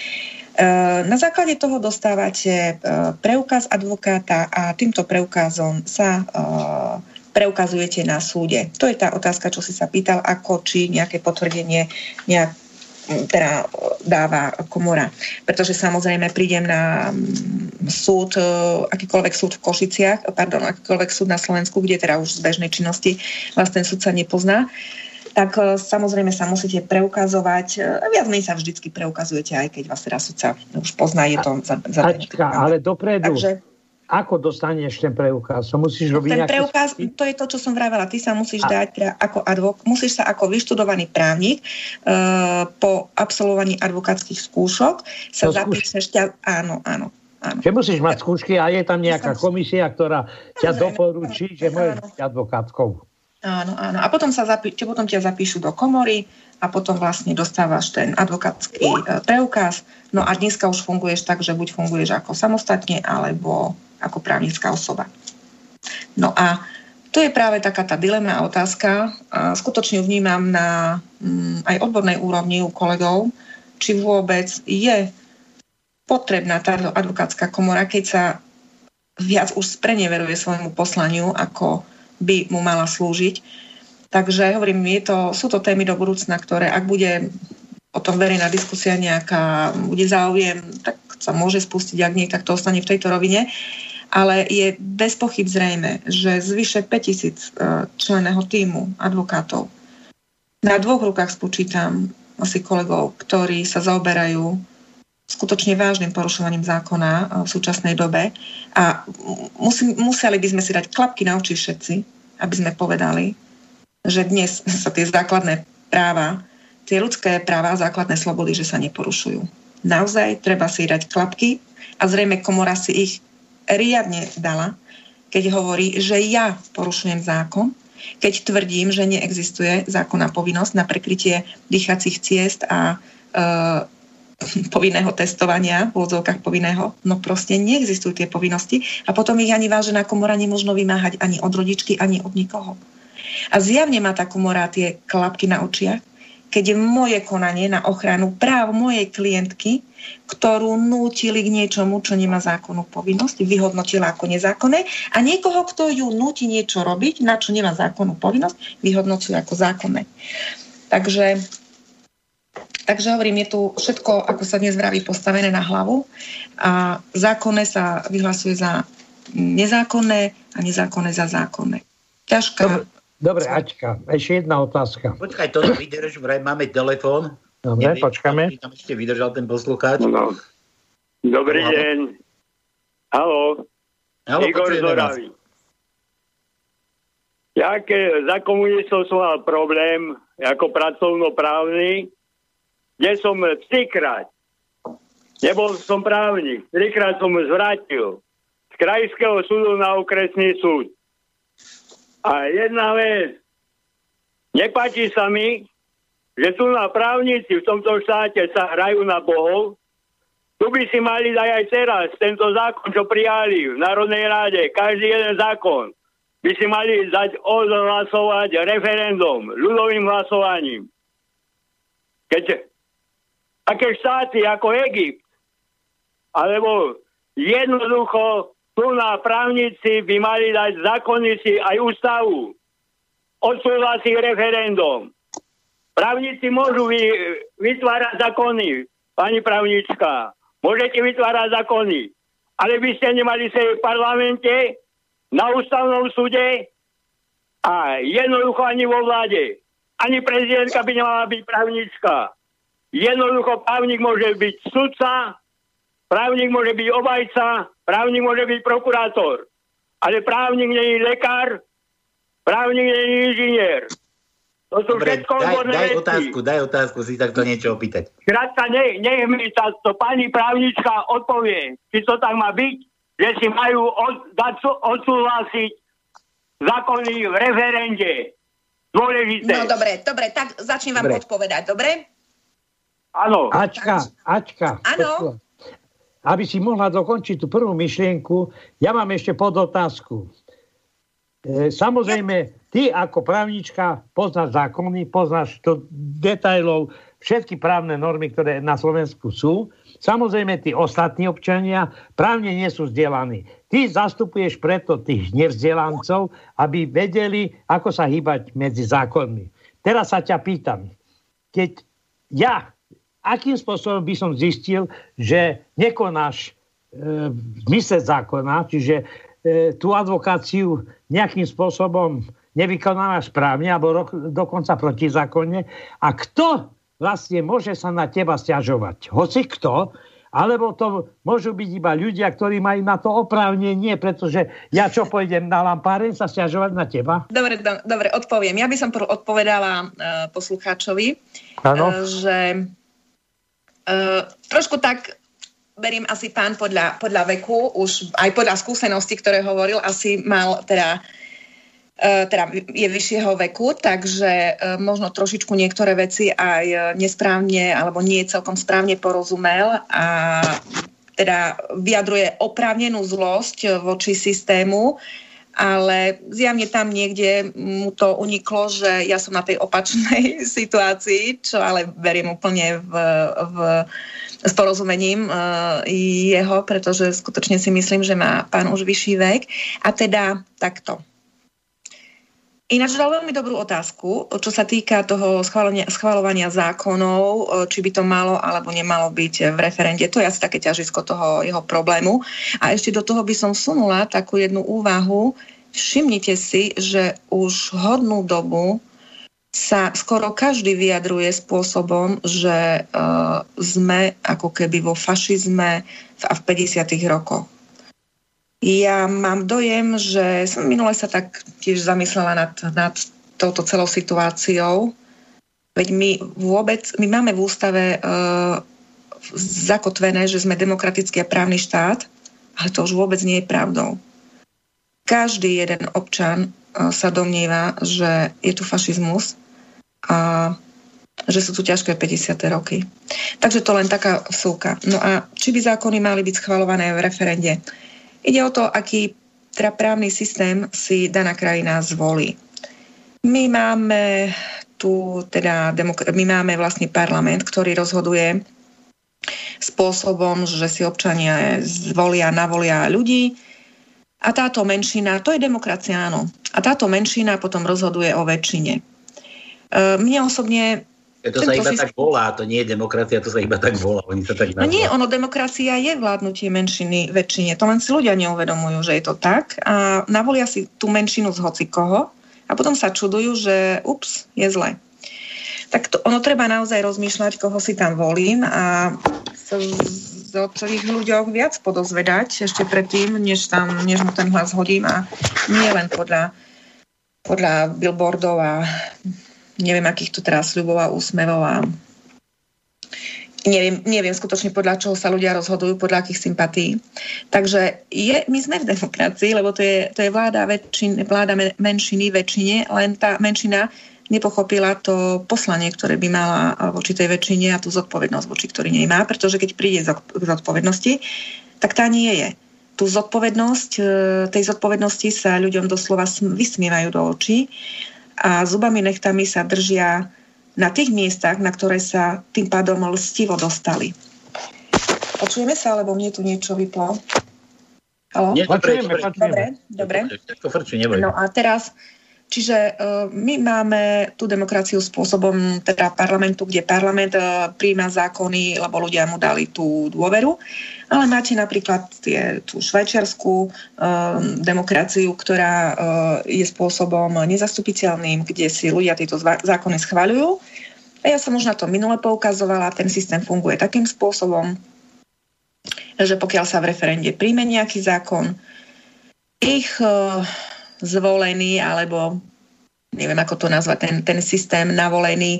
Na základe toho dostávate preukaz advokáta a týmto preukazom sa preukazujete na súde. To je tá otázka, čo si sa pýtal, ako či nejaké potvrdenie teda dáva komora. Pretože samozrejme prídem na súd, akýkoľvek súd v Košiciach, akýkoľvek súd na Slovensku, kde teda už z bežnej činnosti vás ten súd sa nepozná, tak samozrejme sa musíte preukazovať. Viac menej sa vždycky preukazujete, aj keď vás teda sudca už pozná, je to ale dopredu. Takže ako dostaneš ten preukaz? To musíš robiť ten preukaz, to je to, čo som vravela. Ty sa musíš dať ako musíš sa ako vyštudovaný právnik po absolvovaní advokátskych skúšok sa zapíšeš áno. Že musíš mať skúšky a je tam nejaká komisia, ktorá ťa doporučí, že môžeš byť advokátkou. Áno. A potom ťa zapíšu do komory a potom vlastne dostávaš ten advokátsky preukaz. No a dneska už funguješ tak, že buď funguješ ako samostatne, alebo ako právnická osoba. No a to je práve taká tá dilema a otázka. A skutočne vnímam na aj odbornej úrovni u kolegov, či vôbec je potrebná táto advokátska komora, keď sa viac už spreneveruje svojmu poslaniu, ako by mu mala slúžiť. Takže hovorím, sú to témy do budúcna, ktoré ak bude o tom verejná diskusia nejaká, bude záujem, tak sa môže spustiť, ak nie, tak to ostane v tejto rovine. Ale je bez pochyb zrejme, že zvyše 5000 členného tímu advokátov na 2 rukách spočítam asi kolegov, ktorí sa zaoberajú skutočne vážnym porušovaním zákona v súčasnej dobe a museli by sme si dať klapky na oči všetci, aby sme povedali, že dnes sa tie základné práva, tie ľudské práva a základné slobody, že sa neporušujú. Naozaj treba si dať klapky a zrejme komora si ich riadne dala, keď hovorí, že ja porušujem zákon, keď tvrdím, že neexistuje zákonná povinnosť na prekrytie dýchacích ciest a povinného testovania, v úvodzovkách povinného, no proste neexistujú tie povinnosti a potom ich ani vážená komora nemožno vymáhať ani od rodičky, ani od nikoho. A zjavne má tá komora tie klapky na očiach, keď je moje konanie na ochranu práv mojej klientky, ktorú nútili k niečomu, čo nemá zákonnú povinnosť, vyhodnotila ako nezákonné a niekoho, kto ju núti niečo robiť, na čo nemá zákonnú povinnosť, vyhodnotila ako zákonné. Takže hovorím, je tu všetko, ako sa dnes vraví, postavené na hlavu a zákonné sa vyhlasuje za nezákonné a nezákonné za zákonné. Ťažká. Dobre, Aťka, ešte jedna otázka. Počkaj, to vydrž, vraj máme telefón. Dobre, počkáme. Tam ešte vydržal ten poslucháč. No. Dobrý deň. Haló. Igor Zoravý. Ja za komunistov som mal problém ako pracovnoprávny, kde som 3-krát, nebol som právnik, 3-krát som zvrátil z krajského súdu na okresný súd. A jedna vec, nepáči sa mi, že tu na právnici v tomto štáte sa hrajú na bohov. Tu by si mali dať aj teraz tento zákon, čo prijali v Národnej ráde, každý jeden zákon by si mali dať odhlasovať referendum, ľudovým hlasovaním. Keď také štáty ako Egypt, alebo jednoducho tu na právnici by mali dať zákonníci aj ústavu. Odsúhlasiť referendum. Právnici môžu vytvárať zákony, pani právnička. Môžete vytvárať zákony. Ale by ste nemali sedieť v parlamente, na ústavnom súde a jednoducho ani vo vláde. Ani prezidentka by nemala byť právnička. Jednoducho právnik môže byť sudca, právnik môže byť obhajca, právnik môže byť prokurátor. Ale právnik nie je lekár, právnik nie je inžinier. To sú všetko odborné veci. Daj otázku, si takto niečo opýtať. Krátka, nech mi to pani právnička odpovie, či to tak má byť, že si majú odsúhlasiť zákony v referende. Dôležité. No dobre, tak začnem vám odpovedať, dobre? Áno. Ačka. Áno. Aby si mohla dokončiť tú prvú myšlienku, ja mám ešte podotázku. Samozrejme, ty ako právnička poznáš zákony, poznáš to detailov, všetky právne normy, ktoré na Slovensku sú. Samozrejme, tí ostatní občania právne nie sú vzdelaní. Ty zastupuješ preto tých nevzdelancov, aby vedeli, ako sa hýbať medzi zákonmi. Teraz sa ťa pýtam, keď ja, akým spôsobom by som zistil, že nekonáš v zmysle zákona, čiže tú advokáciu nejakým spôsobom nevykonávaš správne alebo dokonca protizákonne. A kto vlastne môže sa na teba sťažovať? Hoci kto, alebo to môžu byť iba ľudia, ktorí majú na to oprávnenie, pretože ja čo pôjdem na lampáren sa sťažovať na teba? Dobre, odpoviem. Ja by som odpovedala poslucháčovi, že trošku tak beriem asi pán podľa veku, už aj podľa skúseností, ktoré hovoril, asi mal teda je vyššieho veku, takže možno trošičku niektoré veci aj nesprávne alebo nie celkom správne porozumel a teda vyjadruje oprávnenú zlosť voči systému, ale zjavne tam niekde mu to uniklo, že ja som na tej opačnej situácii, čo ale beriem úplne s porozumením jeho, pretože skutočne si myslím, že má pán už vyšší vek. A teda takto. Ináč dal veľmi dobrú otázku, čo sa týka toho schvaľovania zákonov, či by to malo alebo nemalo byť v referende. To je asi také ťažisko toho jeho problému. A ešte do toho by som vsunula takú jednu úvahu. Všimnite si, že už hodnú dobu sa skoro každý vyjadruje spôsobom, že sme ako keby vo fašizme a v 50. rokoch. Ja mám dojem, že som minule sa tak tiež zamyslela nad touto celou situáciou. Veď my máme v ústave zakotvené, že sme demokratický a právny štát, ale to už vôbec nie je pravdou. Každý jeden občan sa domnieva, že je tu fašizmus a že sú tu ťažké 50. roky. Takže to len taká vsúka. No a či by zákony mali byť schvaľované v referende? Ide o to, aký teda právny systém si daná krajina zvolí. My máme vlastne parlament, ktorý rozhoduje spôsobom, že si občania navolia ľudí a táto menšina, to je demokracia, áno. A táto menšina potom rozhoduje o väčšine. Mne osobne... To sa iba tak volá, to nie je demokracia, to sa iba tak volá. Oni sa tak nazvá. No nie, demokracia je vládnutie menšiny väčšine. To len si ľudia neuvedomujú, že je to tak. A navolia si tú menšinu z hocikoho a potom sa čudujú, že je zle. Tak ono treba naozaj rozmýšľať, koho si tam volím a o celých ľuďoch viac podozvedať ešte predtým, než mu ten hlas hodím a nie len podľa billboardov a neviem, akých tu teraz sľubov a úsmevov a neviem skutočne podľa čoho sa ľudia rozhodujú, podľa akých sympatí. Takže my sme v demokracii, lebo to je vláda menšiny väčšine, len tá menšina nepochopila to poslanie, ktoré by mala voči tej väčšine a tú zodpovednosť, voči ktorej nemá, pretože keď príde k zodpovednosti, tak tá nie je. Tej zodpovednosti sa ľuďom doslova vysmievajú do očí a zubami nechtami sa držia na tých miestach, na ktoré sa tým pádom lstivo dostali. Počujeme sa, alebo mne tu niečo vyplo? Haló? Dobre. No a teraz, čiže my máme tú demokraciu spôsobom teda parlamentu, kde parlament prijíma zákony, lebo ľudia mu dali tú dôveru. Ale máte napríklad tú švajčiarsku demokraciu, ktorá je spôsobom nezastupiteľným, kde si ľudia tieto zákony schvaľujú. A ja som už na to minule poukazovala, ten systém funguje takým spôsobom, že pokiaľ sa v referende príjme nejaký zákon, ich zvolení, alebo neviem, ako to nazvať, ten systém navolení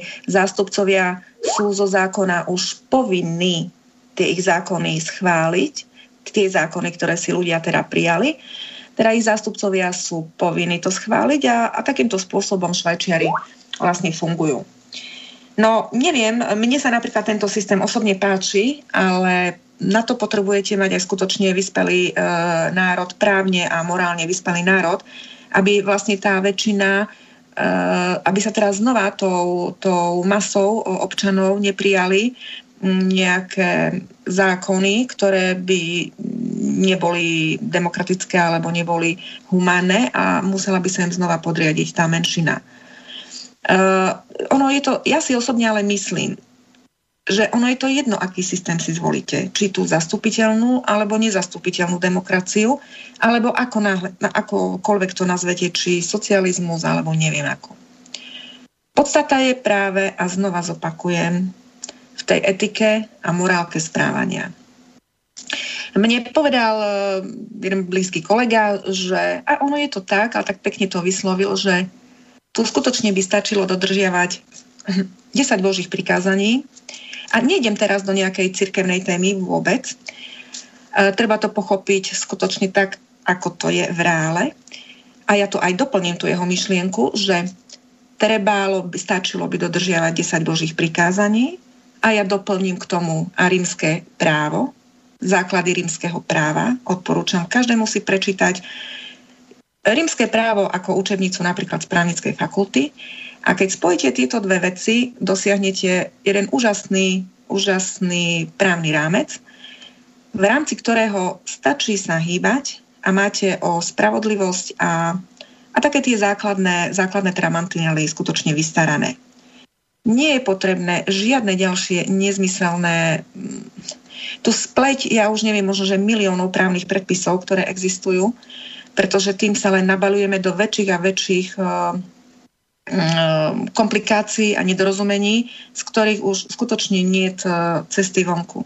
zástupcovia sú zo zákona už povinní tie ich zákony schváliť, tie zákony, ktoré si ľudia teda prijali. Teda ich zástupcovia sú povinní to schváliť a takýmto spôsobom Švajčiari vlastne fungujú. No, neviem, mne sa napríklad tento systém osobne páči, ale na to potrebujete mať aj skutočne vyspelý národ, právne a morálne vyspelý národ, aby vlastne tá väčšina, aby sa teraz znova tou masou občanov neprijali nejaké zákony, ktoré by neboli demokratické alebo neboli humánne a musela by sa im znova podriadiť tá menšina. Ja si osobne ale myslím, že ono je to jedno, aký systém si zvolíte. Či tú zastupiteľnú alebo nezastupiteľnú demokraciu, alebo akokoľvek to nazvete, či socializmus, alebo neviem ako. Podstata je práve, a znova zopakujem, v tej etike a morálke správania. Mne povedal jeden blízky kolega, že a ono je to tak, ale tak pekne to vyslovil, že tu skutočne by stačilo dodržiavať 10 Božích prikázaní. A nejdem teraz do nejakej cirkevnej témy vôbec. Treba to pochopiť skutočne tak, ako to je v reále. A ja to aj doplním, tú jeho myšlienku, že stačilo by dodržiavať 10 Božích prikázaní a ja doplním k tomu a rímske právo, základy rímskeho práva. Odporúčam každému si prečítať rímske právo ako učebnicu napríklad z právnickej fakulty. A keď spojíte tieto dve veci, dosiahnete jeden úžasný právny rámec, v rámci ktorého stačí sa hýbať a máte o spravodlivosť a také tie základné teda mantinely skutočne vystarané. Nie je potrebné žiadne ďalšie nezmyselné tu spleť, ja už neviem, možno, že miliónov právnych predpisov, ktoré existujú, pretože tým sa len nabaľujeme do väčších a väčších komplikácií a nedorozumení, z ktorých už skutočne nie je cesty vonku.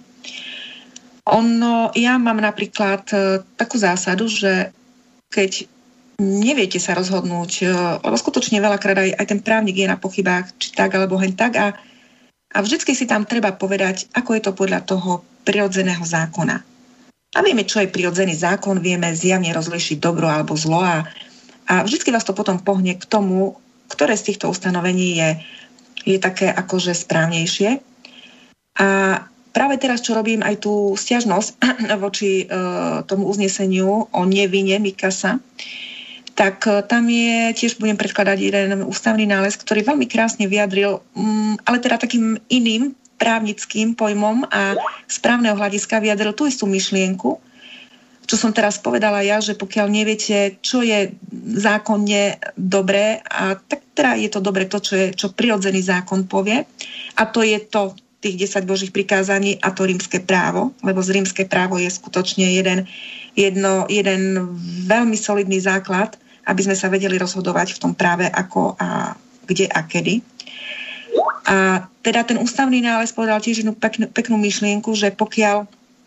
Ja mám napríklad takú zásadu, že keď neviete sa rozhodnúť, lebo skutočne veľakrát aj ten právnik je na pochybách, či tak alebo hen tak a vždycky si tam treba povedať, ako je to podľa toho prirodzeného zákona. A vieme, čo je prirodzený zákon, vieme zjavne rozlíšiť dobro alebo zlo a vždycky vás to potom pohne k tomu, ktoré z týchto ustanovení je také akože správnejšie. A práve teraz, čo robím aj tú sťažnosť voči tomu uzneseniu o nevine Mikasa, tak tam tiež budem predkladať jeden ústavný nález, ktorý veľmi krásne vyjadril, ale teda takým iným právnickým pojmom a správneho hľadiska vyjadril tú istú myšlienku, čo som teraz povedala ja, že pokiaľ neviete, čo je zákonne dobré, a tak teda je to dobré to, čo prirodzený zákon povie, a to je to tých 10 Božích prikázaní a to rímske právo, lebo z rímske právo je skutočne jeden veľmi solidný základ, aby sme sa vedeli rozhodovať v tom práve ako a kde a kedy. A teda ten ústavný nález povedal tiež jednu peknú myšlienku, že pokiaľ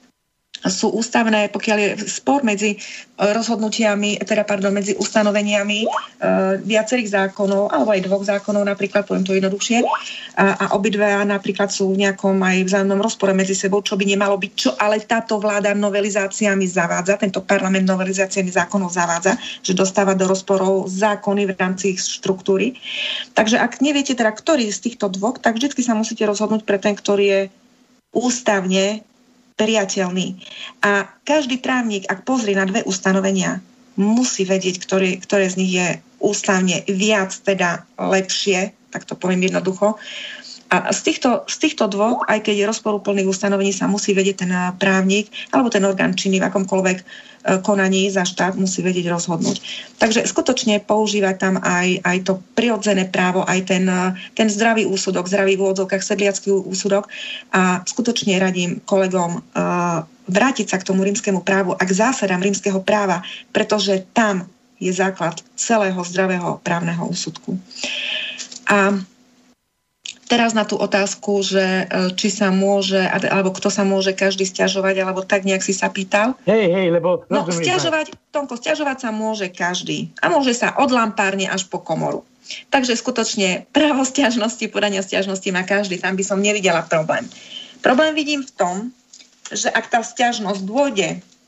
je spor medzi rozhodnutiami, medzi ustanoveniami viacerých zákonov, alebo aj dvoch zákonov, napríklad, poviem to jednoduchšie, a obidve napríklad sú v nejakom aj vzájomnom rozpore medzi sebou, čo by nemalo byť, čo ale táto vláda novelizáciami zavádza, tento parlament novelizáciami zákonov zavádza, že dostáva do rozporov zákony v rámci ich štruktúry. Takže ak neviete teda, ktorý z týchto dvoch, tak vždy sa musíte rozhodnúť pre ten, ktorý je ústavne priateľný. A každý právnik, ak pozrie na dve ustanovenia, musí vedieť, ktoré z nich je ústavne viac, teda lepšie, tak to poviem jednoducho. A z týchto dvoch, aj keď je rozporuplných ustanovení, sa musí vedieť ten právnik alebo ten orgán činný v akomkoľvek konaní za štát musí vedieť rozhodnúť. Takže skutočne používať tam aj to prirodzené právo, aj ten zdravý úsudok, zdravý v úvodzovkách, sedliacky úsudok a skutočne radím kolegom vrátiť sa k tomu rímskemu právu a k zásadám rímskeho práva, pretože tam je základ celého zdravého právneho úsudku. A teraz na tú otázku, že či sa môže, alebo kto sa môže každý sťažovať, alebo tak nejak si sa pýtal. Hej, lebo... No, sťažovať sa môže každý. A môže sa od lampárne až po komoru. Takže skutočne právo sťažnosti, podania sťažnosti má každý. Tam by som nevidela problém. Problém vidím v tom, že ak tá sťažnosť dôjde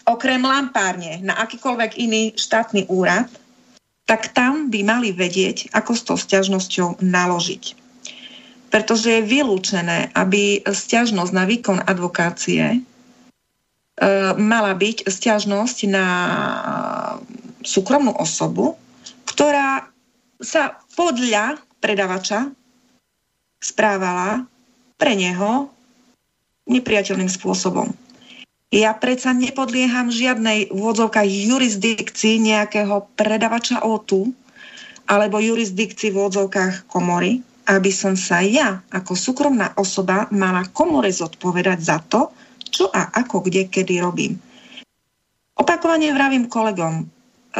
okrem lampárne na akýkoľvek iný štátny úrad, tak tam by mali vedieť, ako s tou sťažnosťou naložiť. Pretože je vylúčené, aby sťažnosť na výkon advokácie mala byť sťažnosť na súkromnú osobu, ktorá sa podľa predavača správala pre neho nepriateľným spôsobom. Ja predsa nepodlieham žiadnej v úvodzovkách jurisdikcii nejakého predavača O2 alebo jurisdikcii v úvodzovkách komory, aby som sa ja ako súkromná osoba mala komore zodpovedať za to, čo a ako, kde, kedy robím. Opakovane vravím kolegom,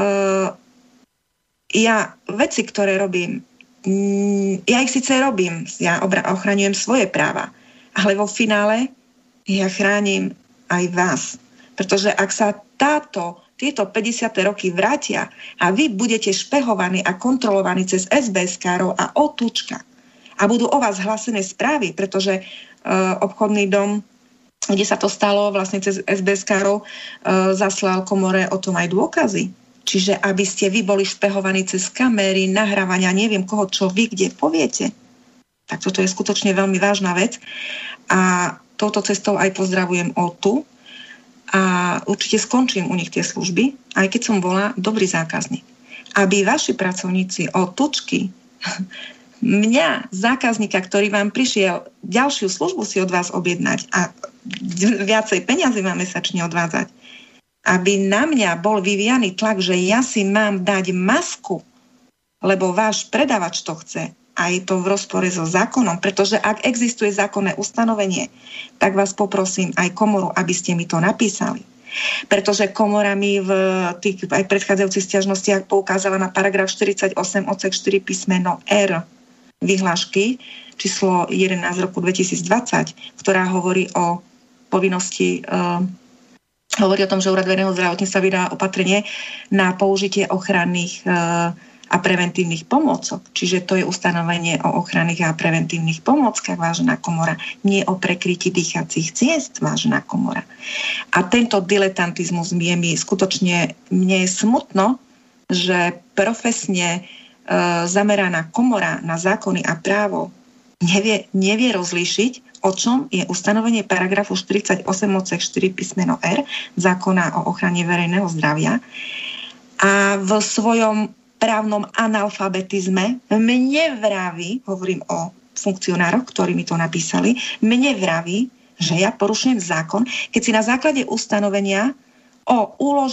ja veci, ktoré robím, ja ich síce robím, ja ochraňujem svoje práva, ale vo finále ja chránim aj vás. Pretože ak sa tieto 50. roky vrátia a vy budete špehovaní a kontrolovaní cez SBS-károv a O2čka a budú o vás hlásené správy, pretože obchodný dom, kde sa to stalo vlastne cez SBS-károv, zaslal komore o tom aj dôkazy. Čiže aby ste vy boli špehovaní cez kamery, nahrávania, neviem koho, čo vy kde poviete. Tak toto je skutočne veľmi vážna vec. A touto cestou aj pozdravujem O2 a určite skončím u nich tie služby, aj keď som bola dobrý zákazník. Aby vaši pracovníci O2čky mňa, zákazníka, ktorý vám prišiel ďalšiu službu si od vás objednať a viacej peniazy vám mesačne odvádzať, aby na mňa bol vyvíjaný tlak, že ja si mám dať masku, lebo váš predavač to chce, a je to v rozpore so zákonom, pretože ak existuje zákonné ustanovenie, tak vás poprosím aj komoru, aby ste mi to napísali. Pretože komora mi v tých aj predchádzajúcich sťažnostiach poukázala na paragraf 48 odsek 4 písmeno R vyhlášky číslo 11 roku 2020, ktorá hovorí o povinnosti hovorí o tom, že Úrad verejného zdravotníctva vydá opatrenie na použitie ochranných a preventívnych pomôcok. Čiže to je ustanovenie o ochranných a preventívnych pomôckach, vážená komora, nie o prekrytí dýchacích ciest, vážená komora. A tento diletantizmus mne je smutno, že profesne zameraná komora na zákony a právo nevie rozlíšiť, o čom je ustanovenie paragrafu 48 odsek 4 písmeno R zákona o ochrane verejného zdravia. A v svojom právnom analfabetizme mne vraví, hovorím o funkcionároch, ktorí mi to napísali, mne vraví, že ja porušujem zákon, keď si na základe ustanovenia o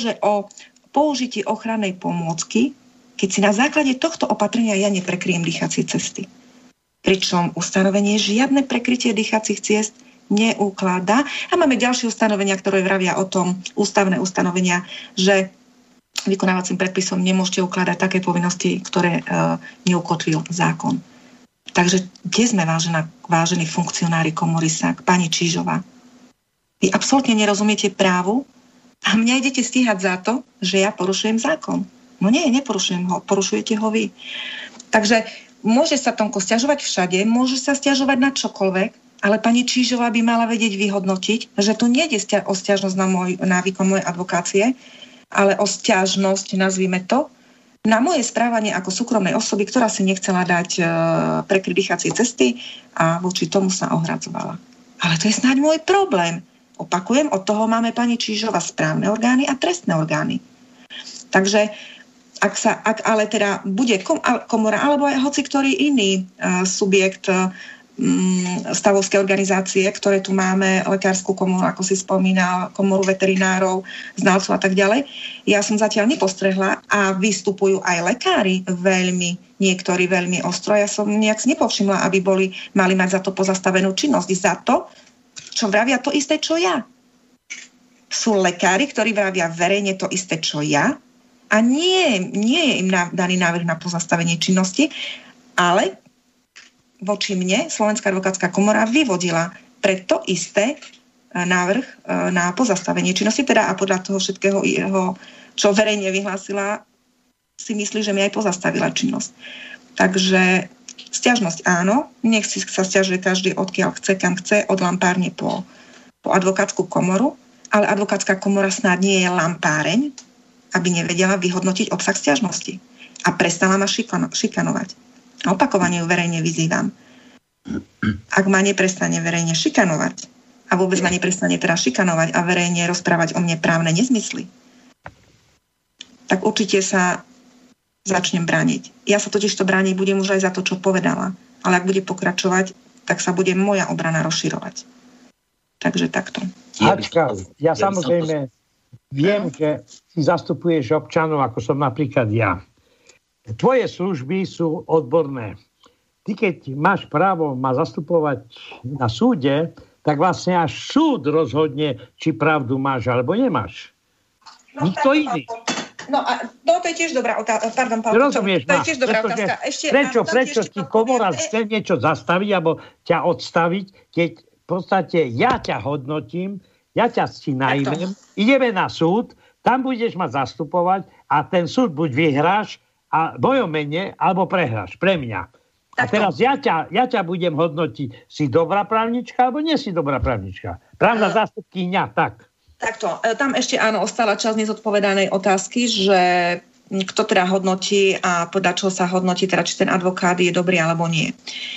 použití ochrannej pomôcky, keď si na základe tohto opatrenia ja neprekryjem dýchacie cesty. Pričom ustanovenie žiadne prekrytie dýchacích ciest neukladá. A máme ďalšie ustanovenia, ktoré vravia o tom, ústavné ustanovenia, že vykonávacím predpisom nemôžete ukladať také povinnosti, ktoré neukotvil zákon. Takže kde sme, vážení funkcionári komory SAK, pani Čížová? Vy absolútne nerozumiete právu a mňa idete stíhať za to, že ja porušujem zákon. No nie, neporušujem ho, porušujete ho vy. Takže môže sa Tonko sťažovať všade, môže sa sťažovať na čokoľvek, ale pani Čížová by mala vedieť vyhodnotiť, že tu nie je o sťažnosť na výkon mojej advokácie, ale o sťažnosť, nazvime to, na moje správanie ako súkromnej osoby, ktorá si nechcela dať prekryť dýchacie cesty a voči tomu sa ohradzovala. Ale to je snáď môj problém. Opakujem, od toho máme pani Čížová správne orgány a trestné orgány. Takže ak ale teda bude komora alebo aj hoci ktorý iný subjekt stavovské organizácie, ktoré tu máme, lekárskú komoru, ako si spomínal, komoru veterinárov, znalcov a tak ďalej. Ja som zatiaľ nepostrehla a vystupujú aj lekári niektorí veľmi ostro. Ja som nejak nepovšimla, aby mali mať za to pozastavenú činnosť. Za to, čo vravia to isté, čo ja. Sú lekári, ktorí vravia verejne to isté, čo ja a nie je im daný návrh na pozastavenie činnosti, ale voči mne Slovenská advokátska komora vyvodila pre to isté návrh na pozastavenie činnosti, teda a podľa toho všetkého čo verejne vyhlásila, si myslí, že mi aj pozastavila činnosť. Takže sťažnosť áno, nech si sa sťažuje každý odkiaľ chce, kam chce, od lampárne po advokátsku komoru, ale advokátska komora snad nie je lampáreň, aby nevedela vyhodnotiť obsah sťažnosti. A prestala ma šikanovať. A opakovane ju verejne vyzývam. Ak ma neprestane verejne šikanovať a vôbec ma neprestane teraz šikanovať a verejne rozprávať o mne právne nezmysly, tak určite sa začnem brániť. Ja sa totiž to brániť budem už aj za to, čo povedala. Ale ak bude pokračovať, tak sa bude moja obrana rozširovať. Takže takto. Ačka, ja samozrejme viem, že si zastupuješ občanov, ako som napríklad ja. Tvoje služby sú odborné. Ty, keď máš právo ma zastupovať na súde, tak vlastne až súd rozhodne, či pravdu máš alebo nemáš. Nikto iný. No a to je tiež dobrá otázka. Pardon, Pál, rozumieš to je tiež dobrá otázka. Prečo ti komora chce niečo zastaviť alebo ťa odstaviť, keď v podstate ja ťa hodnotím, ja ťa si najmem, ideme na súd, tam budeš ma zastupovať a ten súd buď vyhráš a mojom mene, alebo prehráš pre mňa. A teraz ja ťa budem hodnotiť, si dobrá právnička, alebo nie si dobrá právnička. Právna zástupkyňa, tak. Takto, tam ešte áno, ostala časť nezodpovedanej otázky, že kto teda hodnotí a podľa čoho sa hodnotí, teda či ten advokát je dobrý alebo nie.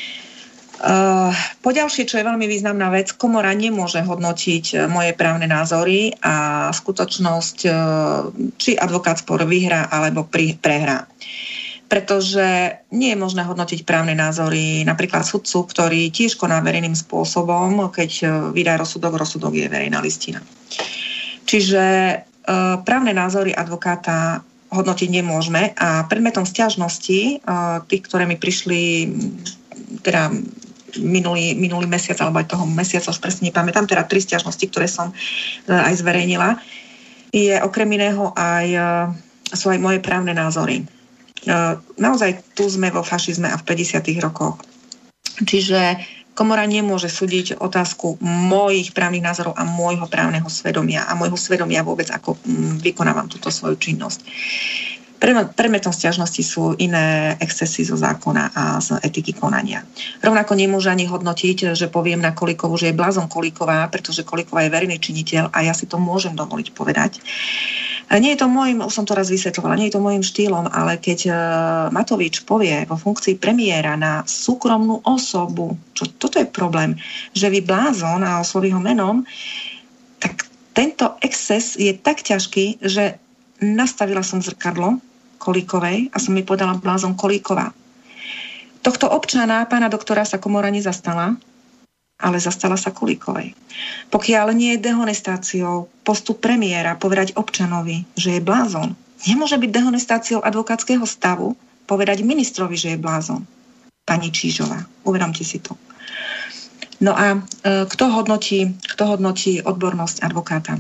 Poďalšie, čo je veľmi významná vec, komora nemôže hodnotiť moje právne názory a skutočnosť, či advokát spor vyhrá alebo prehrá. Pretože nie je možné hodnotiť právne názory napríklad sudcu, ktorý tiež koná verejným spôsobom, keď vydá rozsudok je verejná listina. Čiže právne názory advokáta hodnotiť nemôžeme a predmetom sťažnosti, tých, ktoré mi prišli teda minulý mesiac, alebo aj toho mesiaca, už presne nepamätám, teda 3 sťažnosti, ktoré som aj zverejnila, je okrem iného sú aj moje právne názory. Naozaj tu sme vo fašizme a v 50. rokoch. Čiže komora nemôže súdiť otázku mojich právnych názorov a môjho právneho svedomia a môjho svedomia vôbec, ako vykonávam túto svoju činnosť. Predmetom sťažnosti sú iné excesy zo zákona a z etiky konania. Rovnako nemôže ani hodnotiť, že poviem na Kolíkovú, že je blázon Kolíková, pretože Kolíková je verejný činiteľ a ja si to môžem dovoliť povedať. Nie je to môjim, už som to raz vysvetľovala, nie je to môjim štýlom, ale keď Matovič povie vo funkcii premiéra na súkromnú osobu, čo toto je problém, že vy blázon a osloví ho menom, tak tento exces je tak ťažký, že nastavila som zrkadlo Kolíkovej a som mi povedala blázon Kolíková. Tohto občana, pána doktora, sa komora nezastala, ale zastala sa Kolíkovej. Pokiaľ nie je dehonestáciou postup premiéra povedať občanovi, že je blázon, nemôže byť dehonestáciou advokátskeho stavu povedať ministrovi, že je blázon. Pani Čížová, uvedomte si to. No a kto hodnotí odbornosť advokáta?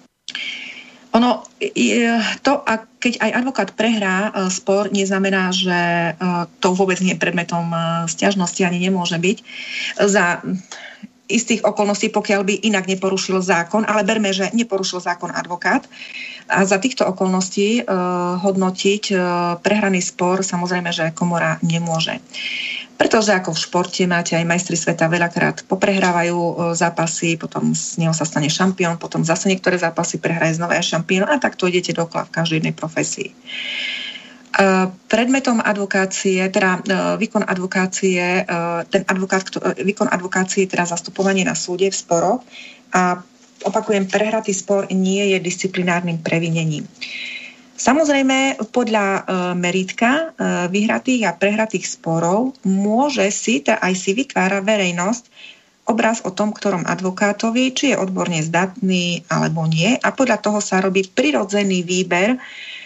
Keď aj advokát prehrá spor, neznamená, že to vôbec nie je predmetom sťažnosti, ani nemôže byť. Za istých okolností, pokiaľ by inak neporušil zákon, ale berme, že neporušil zákon advokát. A za týchto okolností hodnotiť prehraný spor, samozrejme, že komora nemôže. Pretože ako v športe máte aj majstri sveta veľakrát poprehrávajú zápasy, potom z neho sa stane šampión, potom zase niektoré zápasy prehraje znova aj šampión a tak to idete dokola v každej jednej profesii. Predmetom advokácie, teda výkon advokácie, výkon advokácie je teda zastupovanie na súde v sporoch a opakujem, prehratý spor nie je disciplinárnym previnením. Samozrejme, podľa meritka vyhratých a prehratých sporov môže si, aj si vytvára verejnosť obraz o tom, ktorom advokátovi, či je odborne zdatný alebo nie. A podľa toho sa robí prirodzený výber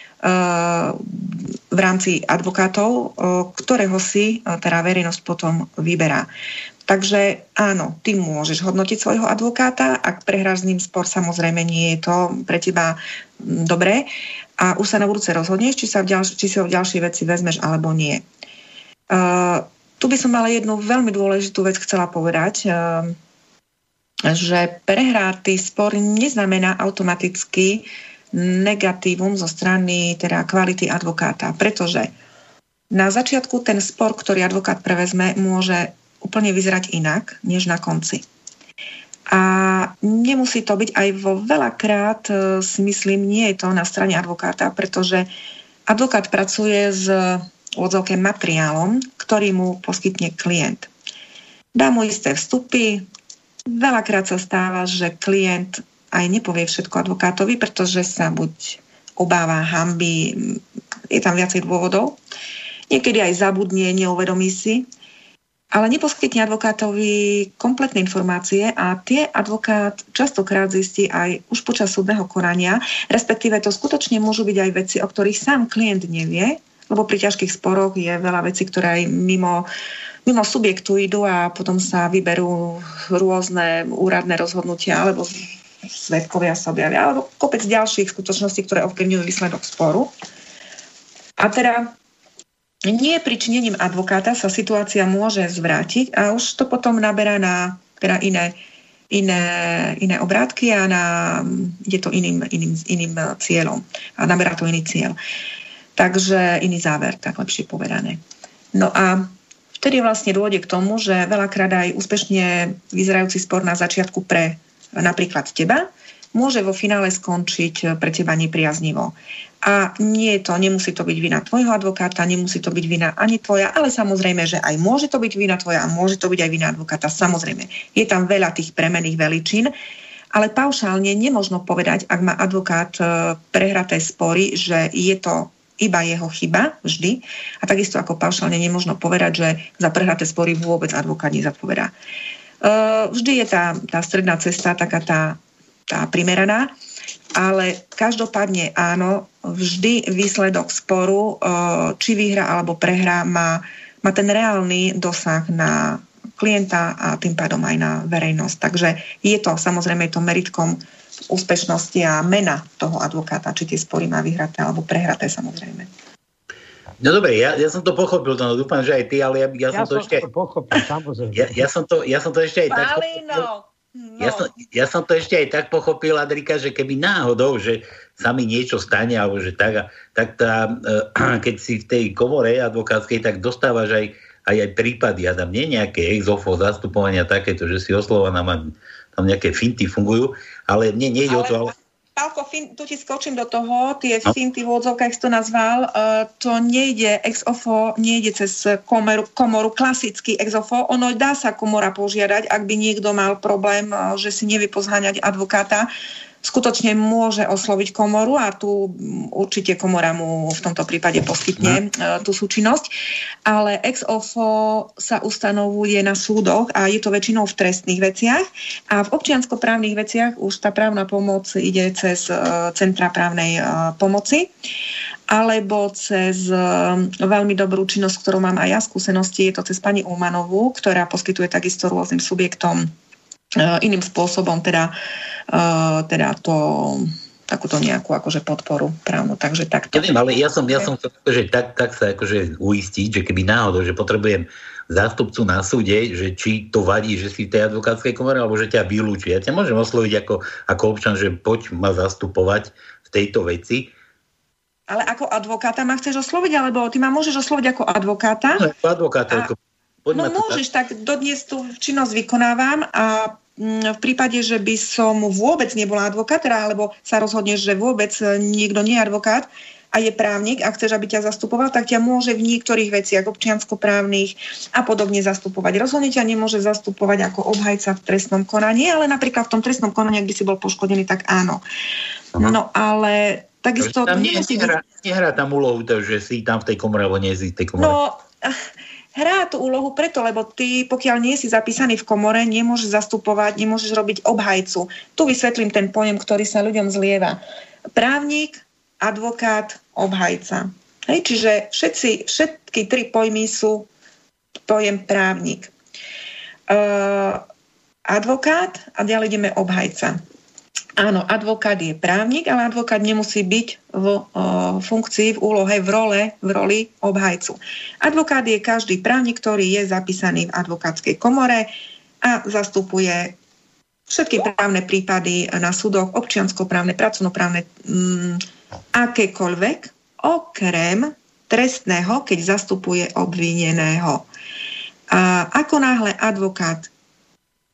v rámci advokátov, ktorého si teda verejnosť potom vyberá. Takže áno, ty môžeš hodnotiť svojho advokáta, ak prehráš s ním spor, samozrejme nie je to pre teba dobré a už sa na budúce rozhodneš, či si ho v ďalšej veci vezmeš alebo nie. Tu by som mala jednu veľmi dôležitú vec chcela povedať, že prehratý spor neznamená automaticky negatívum zo strany teda kvality advokáta, pretože na začiatku ten spor, ktorý advokát prevezme, môže úplne vyzerať inak, než na konci. A nemusí to byť aj vo veľakrát, si myslím, nie je to na strane advokáta, pretože advokát pracuje s odzovkým materiálom, ktorý mu poskytne klient. Dá mu isté vstupy. Veľakrát sa stáva, že klient aj nepovie všetko advokátovi, pretože sa buď obáva hanby, je tam viacej dôvodov. Niekedy aj zabudne, neuvedomí si, ale neposkytne advokátovi kompletné informácie a tie advokát častokrát zistí aj už počas súdneho konania, respektíve to skutočne môžu byť aj veci, o ktorých sám klient nevie, lebo pri ťažkých sporoch je veľa vecí, ktoré aj mimo subjektu idú a potom sa vyberú rôzne úradné rozhodnutia alebo svedkovia sa objavia, alebo kopec ďalších skutočností, ktoré ovplyvňujú výsledok sporu. A teda nie pričinením advokáta sa situácia môže zvrátiť a už to potom naberá na teda iné obrátky a je to iným cieľom. A naberá to iný cieľ. Takže iný záver, tak lepšie povedané. No a vtedy vlastne dôjde k tomu, že veľakrát aj úspešne vyzerajúci spor na začiatku pre napríklad teba môže vo finále skončiť pre teba nepriaznivo. A nemusí to byť vina tvojho advokáta, nemusí to byť vina ani tvoja, ale samozrejme, že aj môže to byť vina tvoja a môže to byť aj vina advokáta. Samozrejme, je tam veľa tých premenných veličín, ale paušálne nemožno povedať, ak má advokát prehraté spory, že je to iba jeho chyba vždy. A takisto ako paušálne nemožno povedať, že za prehraté spory vôbec advokát nezodpovedá. Vždy je tá stredná cesta, taká tá primeraná, ale každopádne áno, vždy výsledok sporu, či vyhra alebo prehrá, má ten reálny dosah na klienta a tým pádom aj na verejnosť. Takže je to samozrejme to meritkom úspešnosti a mena toho advokáta, či tie spory má vyhraté alebo prehraté samozrejme. No dobre, ja som to pochopil, no dúfam, že aj ty, ale ja som to ešte... pochopil, samozrejme. Ja som to ešte aj tak pochopil. Ja som to ešte aj tak pochopil, Adrika, že keby náhodou, že sa mi niečo stane, alebo že tak keď si v tej komore advokátskej, tak dostávaš aj prípady, ja tam nie nejaké ex-ofo zastupovania takéto, že si oslovaná má tam nejaké finty fungujú, ale mne nejde o to, ale... Pálko, tu ti skočím do toho, tie finty v odzovkách si to nazval, to nejde ex-ofo, nejde cez komoru, klasický ex-ofo, ono dá sa komora požiadať, ak by niekto mal problém, že si nevie pozháňať advokáta, skutočne môže osloviť komoru a tu určite komora mu v tomto prípade poskytne tú súčinnosť. Ale ex-ofo sa ustanovuje na súdoch a je to väčšinou v trestných veciach a v občianskoprávnych veciach už tá právna pomoc ide cez centra právnej pomoci alebo cez veľmi dobrú činnosť, ktorú mám aj ja skúsenosti, je to cez pani Ulmanovú, ktorá poskytuje takisto rôznym subjektom iným spôsobom takúto nejakú akože podporu právnu, takže takto. Neviem, ale ja som chcel, že tak sa akože uistiť, že keby náhodou, že potrebujem zástupcu na súde, že či to vadí, že si v tej advokátskej komore, alebo že ťa vylúči. Ja ťa môžem osloviť ako občan, že poď ma zastupovať v tejto veci. Ale ako advokáta ma chceš osloviť, alebo ty ma môžeš osloviť ako advokáta? No, ako advokáta. Môžeš, tak dodnes tú činnosť vykonávam a v prípade, že by som vôbec nebola advokát, alebo sa rozhodneš, že vôbec niekto nie je advokát a je právnik a chceš, aby ťa zastupoval, tak ťa môže v niektorých veciach občianskoprávnych a podobne zastupovať. Rozhodne ťa nemôže zastupovať ako obhajca v trestnom konaní, ale napríklad v tom trestnom konaní, ak by si bol poškodený, tak áno. No ale takisto... Tam nehrá tam úlohu to, že si tam v tej komore, alebo nie si v tej komore. Hrá tú úlohu preto, lebo ty, pokiaľ nie si zapísaný v komore, nemôžeš zastupovať, nemôžeš robiť obhajcu. Tu vysvetlím ten pojem, ktorý sa ľuďom zlieva. Právnik, advokát, obhajca. Čiže všetky tri pojmy sú pojem právnik. Advokát a ďalej ideme obhajca. Áno, advokát je právnik, ale advokát nemusí byť v funkcii, v úlohe, v roli obhajcu. Advokát je každý právnik, ktorý je zapísaný v advokátskej komore a zastupuje všetky právne prípady na súdoch, občianskoprávne, pracovnoprávne, akékoľvek, okrem trestného, keď zastupuje obvineného. A ako náhle advokát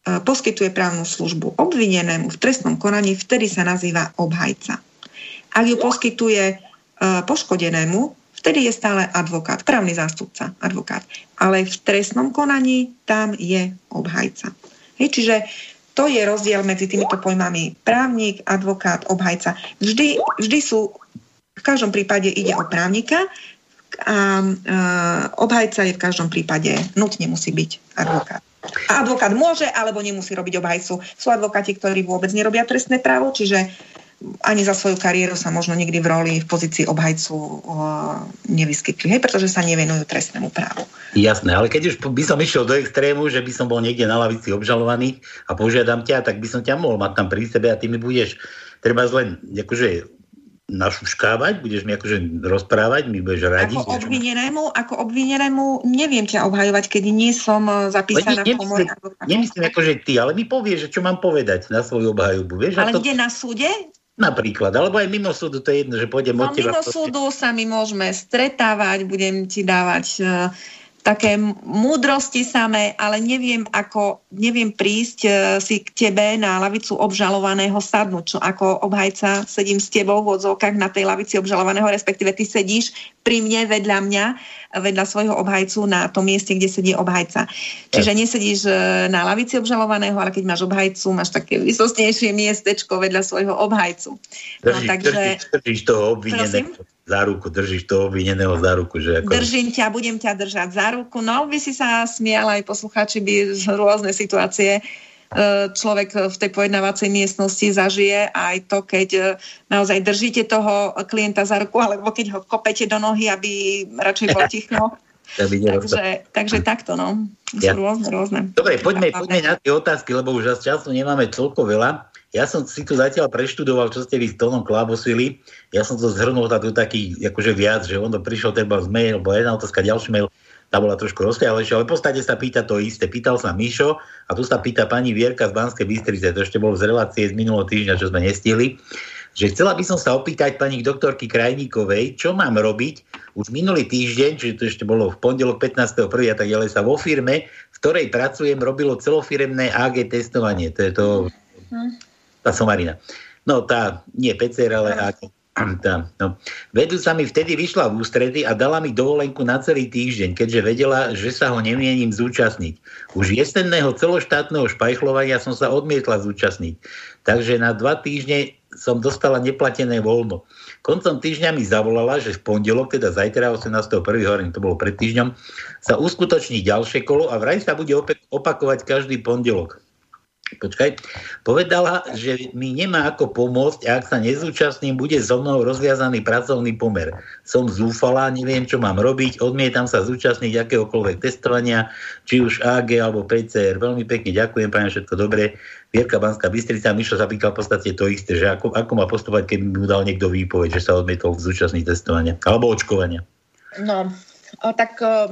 poskytuje právnu službu obvinenému v trestnom konaní, vtedy sa nazýva obhajca. Ak ju poskytuje poškodenému, vtedy je stále advokát, právny zástupca, advokát. Ale v trestnom konaní tam je obhajca. Čiže to je rozdiel medzi týmito pojmami právnik, advokát, obhajca. Vždy sú, v každom prípade ide o právnika a obhajca je v každom prípade nutne musí byť advokát. A advokát môže alebo nemusí robiť obhajcu. Sú advokáti, ktorí vôbec nerobia trestné právo, čiže ani za svoju kariéru sa možno nikdy v roli, v pozícii obhajcu nevyskytli, pretože sa nevenujú trestnému právu. Jasné, ale keď už by som išiel do extrému, že by som bol niekde na lavici obžalovaných a požiadam ťa, tak by som ťa mohol mať tam pri sebe a ty mi budeš treba len akože našuškávať, budeš mi akože rozprávať, mi budeš radiť. Ako obvinenému neviem ťa obhajovať, keď nie som zapísaná v komore advokátov. Nemyslím akože ty, ale mi povieš, že čo mám povedať na svoju obhajobu. Vieš, ale kde na súde? Napríklad, alebo aj mimo súdu, to je jedno, že pôjdem od teba. Mimo súdu sa my môžeme stretávať, budem ti dávať také múdrosti samé, ale neviem prísť si k tebe na lavicu obžalovaného sadnúť, čo ako obhajca sedím s tebou v odzovkách na tej lavici obžalovaného, respektíve ty sedíš pri mne, vedľa svojho obhajcu na tom mieste, kde sedí obhajca. Čiže nesedíš na lavici obžalovaného, ale keď máš obhajcu, máš také vysostnejšie miestečko vedľa svojho obhajcu. Držíš toho obvineného za ruku, držíš toho obvineného za ruku. Že ako... Držím ťa, budem ťa držať za ruku. No, by si sa smiala, aj poslucháči by z rôzne situácie človek v tej pojednávacej miestnosti zažije, aj to, keď naozaj držíte toho klienta za ruku, alebo keď ho kopete do nohy, aby radšej bol ticho. takže takto, no. Sú rôzne. Dobre, poďme na tie otázky, lebo už času nemáme toľko veľa. Ja som si tu zatiaľ preštudoval, čo ste vy s Tónom klábosili. Ja som to zhrnul do takých, akože viac, že on to prišiel treba z mail, alebo jedna otázka, ďalší mail, tá bola trošku rozsiahlejšia, ale v podstate sa pýta to isté. Pýtal sa Mišo a tu sa pýta pani Vierka z Banskej Bystrice, to ešte bolo z relácie z minulého týždňa, čo sme nestihli, že chcela by som sa opýtať pani doktorky Krajníkovej, čo mám robiť už minulý týždeň, čiže to ešte bolo v pondelok 15.1. a tak ďalej, sa vo firme, v ktorej pracujem, robilo celofiremné AG testovanie. To je to... Tá somarina. No tá, nie PCR, ale tá, no. Vedúca mi vtedy vyšla v ústrety a dala mi dovolenku na celý týždeň, keďže vedela, že sa ho nemienim zúčastniť. Už jesenného celoštátneho špajchlovania som sa odmietla zúčastniť. Takže na 2 týždne som dostala neplatené voľno. Koncom týždňa mi zavolala, že v pondelok, teda zajtra 18.1., hovorím, to bolo pred týždňom, sa uskutoční ďalšie kolo a vraj sa bude opakovať každý pondelok. Povedala, že mi nemá ako pomôcť a ak sa nezúčastním, bude so mnou rozviazaný pracovný pomer. Som zúfalá, neviem, čo mám robiť, odmietam sa zúčastniť akéhokoľvek testovania, či už AG alebo PCR. Veľmi pekne ďakujem, prajem všetko dobré. Vierka, Banská Bystrica, Mišo sa pýtal v podstate to isté, že ako má postupovať, keď mu dal niekto výpoveď, že sa odmietol zúčastniť testovania alebo očkovania. No, tak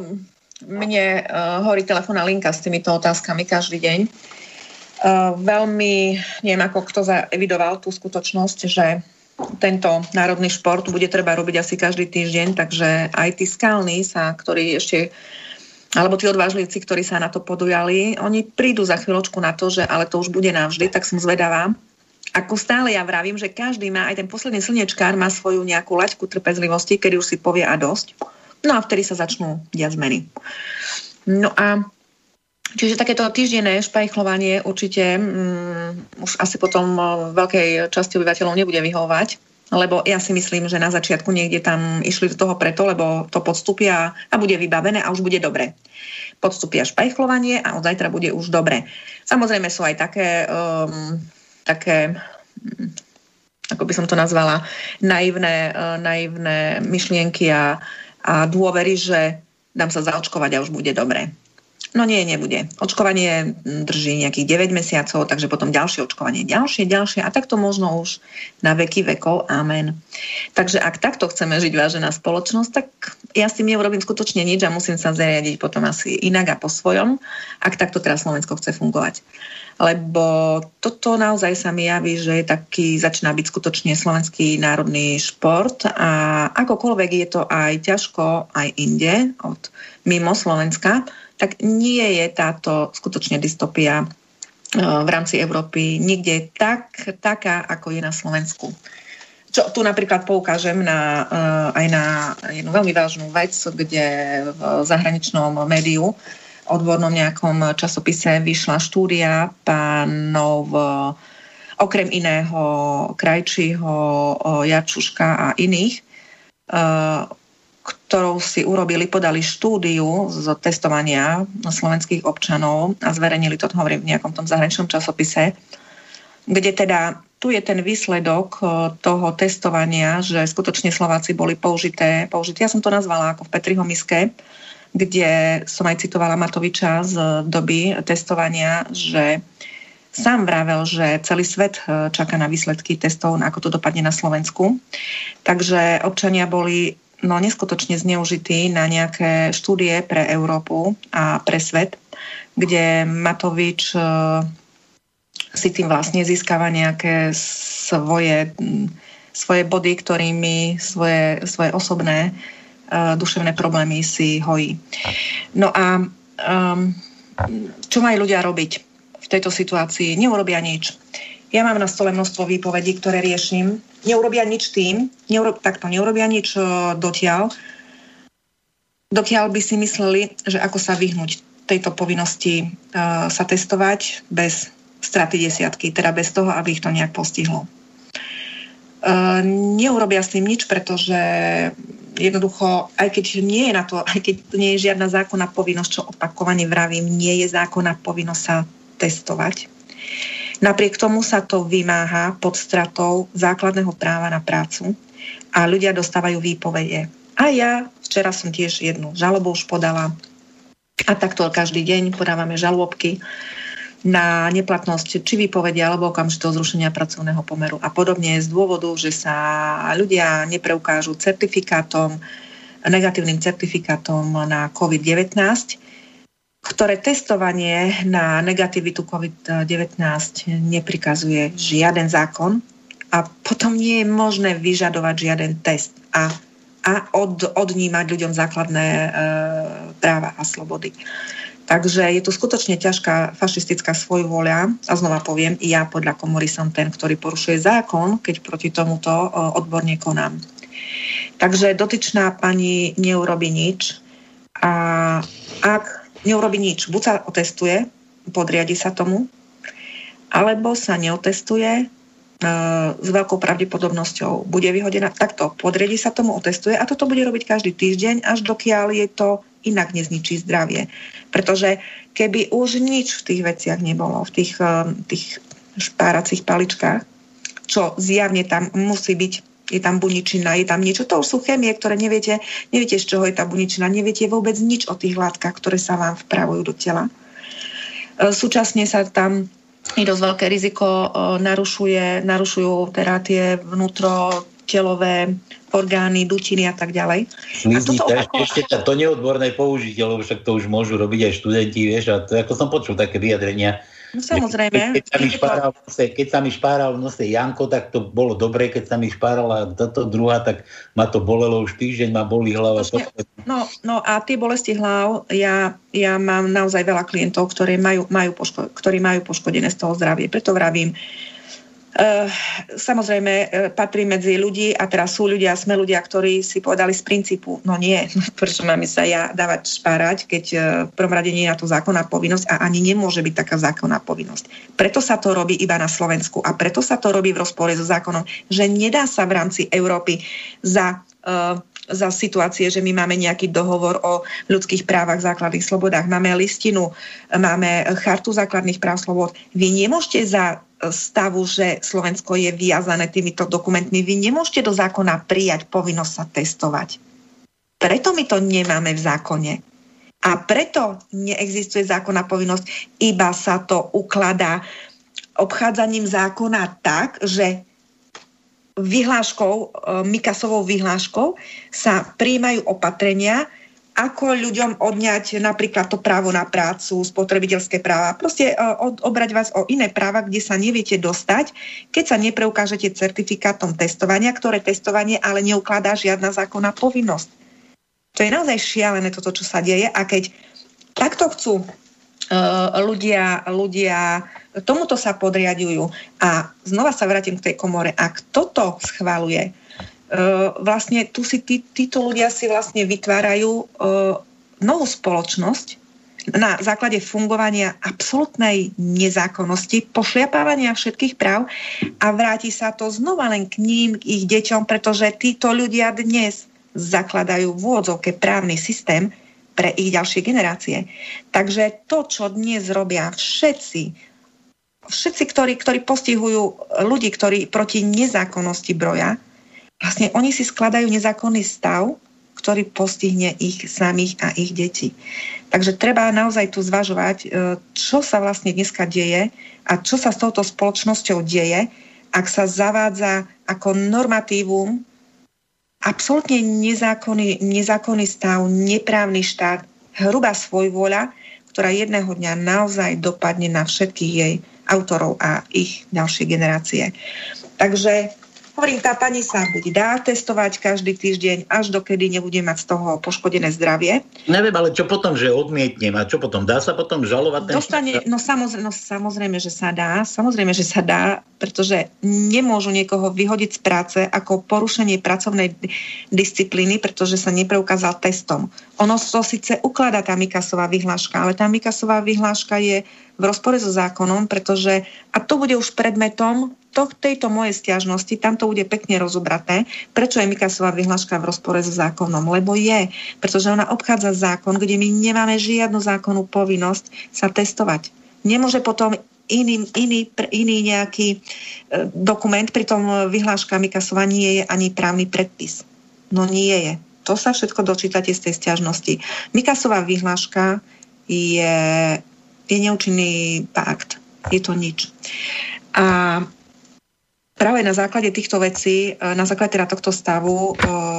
mne horí telefónna linka s týmito otázkami každý deň. Veľmi, neviem ako kto zaevidoval tú skutočnosť, že tento národný šport bude treba robiť asi každý týždeň, takže aj tí skalní ktorí ešte, alebo tí odvážlivci, ktorí sa na to podujali, oni prídu za chvíľočku na to, že ale to už bude navždy, tak som zvedavá. Ako stále ja vravím, že každý má, aj ten posledný slniečkár má svoju nejakú laťku trpezlivosti, kedy už si povie a dosť. No a vtedy sa začnú diať zmeny. No a čiže takéto týždenné špajchlovanie určite už asi potom veľkej časti obyvateľov nebude vyhovovať, lebo ja si myslím, že na začiatku niekde tam išli do toho preto, lebo to podstúpia a bude vybavené a už bude dobre. Podstúpia špajchlovanie a od zajtra bude už dobre. Samozrejme sú aj také ako by som to nazvala, naivné myšlienky a dôvery, že dám sa zaočkovať a už bude dobre. No nie, nebude. Očkovanie drží nejakých 9 mesiacov, takže potom ďalšie očkovanie, ďalšie a takto možno už na veky vekov. Amen. Takže ak takto chceme žiť, vážená spoločnosť, tak ja s tým neurobím skutočne nič a musím sa zariadiť potom asi inak a po svojom, ak takto teraz Slovensko chce fungovať. Lebo toto naozaj sa mi javí, že je taký, začína byť skutočne slovenský národný šport a akokoľvek je to aj ťažko aj inde, od mimo Slovenska, tak nie je táto skutočne dystopia v rámci Európy nikde taká, ako je na Slovensku. Čo tu napríklad poukážem aj na jednu veľmi vážnu vec, kde v zahraničnom médiu, odbornom nejakom časopise vyšla štúdia pánov okrem iného Krajčího, Jarčuška a iných, ktorou si podali štúdiu z testovania slovenských občanov a zverejnili to, hovorím, v nejakom tom zahraničnom časopise, kde teda tu je ten výsledok toho testovania, že skutočne Slováci boli použité. Ja som to nazvala ako v Petriho miske, kde som aj citovala Matoviča z doby testovania, že sám vravel, že celý svet čaká na výsledky testov, ako to dopadne na Slovensku. Takže občania boli neskutočne zneužití na nejaké štúdie pre Európu a pre svet, kde Matovič si tým vlastne získava nejaké svoje body, ktorými svoje osobné duševné problémy si hojí. No a čo majú ľudia robiť v tejto situácii? Neurobia nič. Ja mám na stole množstvo výpovedí, ktoré riešim. Neurobia nič tým, neurobia nič dotiaľ, dokiaľ by si mysleli, že ako sa vyhnúť tejto povinnosti sa testovať bez straty desiatky, teda bez toho, aby ich to nejak postihlo. Neurobia s tým nič, pretože jednoducho, aj keď nie je na to, aj keď nie je žiadna zákonná povinnosť, čo opakovane vravím, nie je zákonná povinnosť sa testovať. Napriek tomu sa to vymáha pod stratou základného práva na prácu a ľudia dostávajú výpovede. A ja včera som tiež jednu žalobu už podala a takto každý deň podávame žalobky na neplatnosť či výpovede alebo okamžitého zrušenia pracovného pomeru a podobne z dôvodu, že sa ľudia nepreukážu negatívnym certifikátom na COVID-19, ktoré testovanie na negativitu COVID-19 neprikazuje žiaden zákon a potom nie je možné vyžadovať žiaden test a odnímať ľuďom základné práva a slobody. Takže je tu skutočne ťažká fašistická svojvoľa a znova poviem, ja podľa komory som ten, ktorý porušuje zákon, keď proti tomuto odborne konám. Takže dotyčná pani neurobi nič a ak neurobi nič, buď sa otestuje, podriadi sa tomu, alebo sa neotestuje, s veľkou pravdepodobnosťou bude vyhodená. Takto, podriadi sa tomu, otestuje a toto bude robiť každý týždeň, až dokiaľ je to inak nezničí zdravie. Pretože keby už nič v tých veciach nebolo, v tých špáracích paličkách, čo zjavne tam musí byť, je tam buničina, je tam niečo, to už sú chémie, ktoré neviete, z čoho je tá buničina, neviete vôbec nič o tých látkach, ktoré sa vám vpravujú do tela. Súčasne sa tam je dosť veľké riziko, narušujú teda tie vnútrotelové orgány, dutiny a tak ďalej. Ešte to neodborné použitie, lebo však to už môžu robiť aj študenti, vieš, a to, ako som počul také vyjadrenia. No, samozrejme. Keď sa mi špáral v nose Janko, tak to bolo dobre, keď sa mi špárala táto druhá, tak ma to bolelo už týždeň, ma bolí hlava. No a tie bolesti hlav, ja mám naozaj veľa klientov, ktorí majú poškodené z toho zdravie. Preto vravím, samozrejme patrí medzi ľudí a teraz sme ľudia, ktorí si povedali z princípu, no nie, prečo máme sa ja dávať špárať, keď v prvom rade nie je na to zákonná povinnosť a ani nemôže byť taká zákonná povinnosť. Preto sa to robí iba na Slovensku a preto sa to robí v rozpore so zákonom, že nedá sa v rámci Európy za situácie, že my máme nejaký dohovor o ľudských právach, základných slobodách, máme listinu, máme chartu základných práv slobod. Vy nemôžete za stavu, že Slovensko je viazané týmito dokumentmi, vy nemôžete do zákona prijať povinnosť sa testovať. Preto my to nemáme v zákone. A preto neexistuje zákonná povinnosť, iba sa to ukladá obchádzaním zákona tak, že Mikasovou vyhláškou sa prijímajú opatrenia, ako ľuďom odňať napríklad to právo na prácu, spotrebiteľské práva. Proste obrať vás o iné práva, kde sa neviete dostať, keď sa nepreukážete certifikátom testovania, ktoré testovanie ale neukladá žiadna zákonná povinnosť. To je naozaj šialené toto, čo sa deje a keď takto chcú ľudia Tomuto sa podriadujú. A znova sa vrátim k tej komore. A kto to schvaľuje? Vlastne tu si títo ľudia si vlastne vytvárajú novú spoločnosť na základe fungovania absolútnej nezákonnosti, pošliapávania všetkých práv a vráti sa to znova len k ním, k ich deťom, pretože títo ľudia dnes zakladajú v úvodzovke právny systém pre ich ďalšie generácie. Takže to, čo dnes robia všetci, ktorí postihujú ľudí, ktorí proti nezákonnosti broja, vlastne oni si skladajú nezákonný stav, ktorý postihne ich samých a ich detí. Takže treba naozaj tu zvažovať, čo sa vlastne dneska deje a čo sa s touto spoločnosťou deje, ak sa zavádza ako normatívum absolútne nezákonný stav, neprávny štát, hrubá svojvôľa, ktorá jedného dňa naozaj dopadne na všetkých jej autorov a ich ďalšie generácie. Takže hovorím, tá pani sa buď dá testovať každý týždeň, až dokedy nebude mať z toho poškodené zdravie. Neviem, ale čo potom, že odmietnem? A čo potom? Dá sa potom žalovať? Samozrejme, že sa dá. Samozrejme, že sa dá, pretože nemôžu niekoho vyhodiť z práce ako porušenie pracovnej disciplíny, pretože sa nepreukázal testom. Ono to síce ukladá tá Mikasová vyhláška, ale tá Mikasová vyhláška je v rozpore so zákonom, pretože, a to bude už predmetom tejto mojej sťažnosti, tam to bude pekne rozobraté, prečo je Mikasová vyhláška v rozpore so zákonom, lebo je, pretože ona obchádza zákon, kde my nemáme žiadnu zákonnú povinnosť sa testovať. Nemôže potom iný nejaký dokument, pritom vyhláška Mikasová nie je ani právny predpis. No nie je. To sa všetko dočítate z tej sťažnosti. Mikasová vyhláška je neúčinný akt. Je to nič. A práve na základe týchto vecí, na základe teda tohto stavu,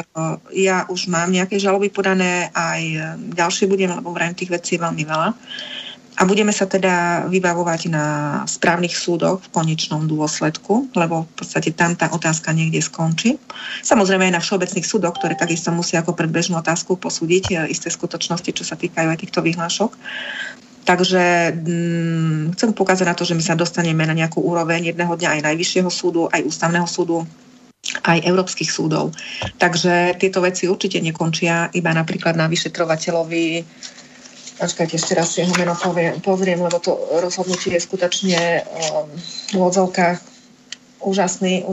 ja už mám nejaké žaloby podané, aj ďalšie budem, lebo vrajím tých vecí je veľmi veľa. A budeme sa teda vybavovať na správnych súdoch v konečnom dôsledku, lebo v podstate tam tá otázka niekde skončí. Samozrejme aj na všeobecných súdoch, ktoré takisto musia ako predbežnú otázku posúdiť isté skutočnosti, čo sa týkajú aj týchto vyhlášok. Takže chcem poukázať na to, že my sa dostaneme na nejakú úroveň jedného dňa aj Najvyššieho súdu, aj Ústavného súdu, aj Európskych súdov. Takže tieto veci určite nekončia iba napríklad na vyšetrovateľovi. Počkajte, ešte raz si jeho meno pozriem, lebo to rozhodnutie je skutočne v úvodzovkách úžasný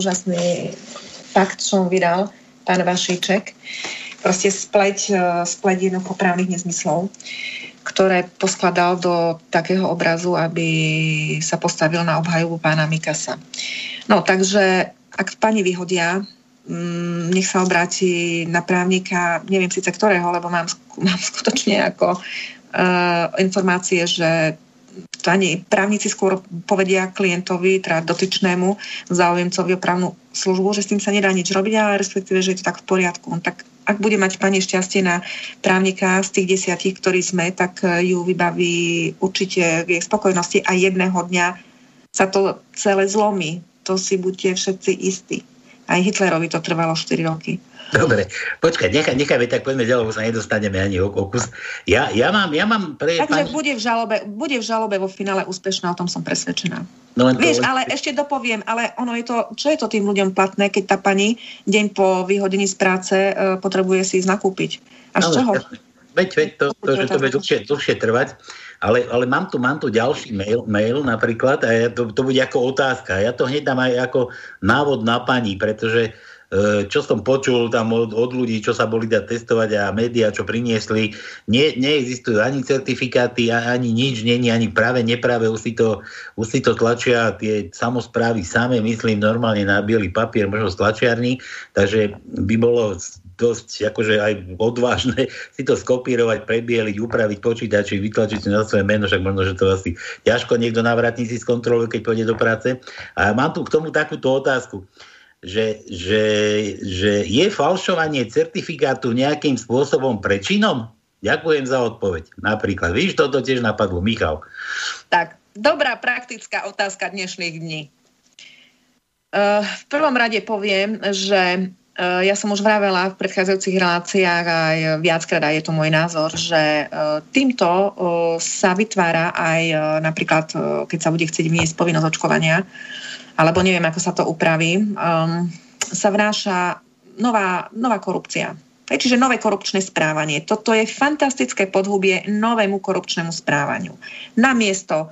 fakt, čo on vydal, pán Vašíček. Proste spleť jednoducho právnych nezmyslov, ktoré poskladal do takého obrazu, aby sa postavil na obhajobu pána Mikasa. No, takže ak pani vyhodia, nech sa obráti na právnika, neviem síce ktorého, lebo mám skutočne ako informácie, že právnici skôr povedia klientovi, teda dotyčnému záujemcovi o právnu službu, že s tým sa nedá nič robiť, ale respektíve, že je to tak v poriadku. Tak ak bude mať pani šťastie na právnika z tých 10, ktorí sme, tak ju vybaví určite v jej spokojnosti a jedného dňa sa to celé zlomí. To si buďte všetci istí. Aj Hitlerovi to trvalo 4 roky. Dobre, počkaj, nechajme, tak poďme ďalej, lebo sa nedostaneme ani o kus. Ja mám pre... Takže bude v žalobe vo finále úspešná, o tom som presvedčená. No, vieš, ale ešte dopoviem, ale ono je to, čo je to tým ľuďom platné, keď tá pani deň po vyhodení z práce potrebuje si ísť nakúpiť? A z čoho? Veď to bude dlhšie trvať, ale mám tu ďalší mail napríklad a to bude ako otázka. Ja to hneď dám aj ako návod na pani, pretože čo som počul tam od ľudí, čo sa boli dať testovať a médiá, čo priniesli, neexistujú ani certifikáty, ani nič, ani práve, nepráve, už si to tlačia tie samosprávy same, myslím, normálne na biely papier, možno z tlačiarní, takže by bolo dosť akože aj odvážne si to skopírovať, prebieliť, upraviť počítači, vytlačiť si na svoje meno, však možno, že to asi ťažko niekto na vrátnici skontroluje, keď pôjde do práce. A mám tu k tomu takúto otázku. Že je falšovanie certifikátu nejakým spôsobom prečinom? Ďakujem za odpoveď. Napríklad, víš, toto tiež napadlo. Michal. Tak, dobrá praktická otázka dnešných dní. V prvom rade poviem, že ja som už vravela v predchádzajúcich reláciách aj viackrát, a je to môj názor, že týmto sa vytvára aj napríklad, keď sa bude chcieť vniesť povinnosť očkovania, alebo neviem, ako sa to upraví, sa vnáša nová korupcia. Čiže nové korupčné správanie. Toto je fantastické podhubie novému korupčnému správaniu. Namiesto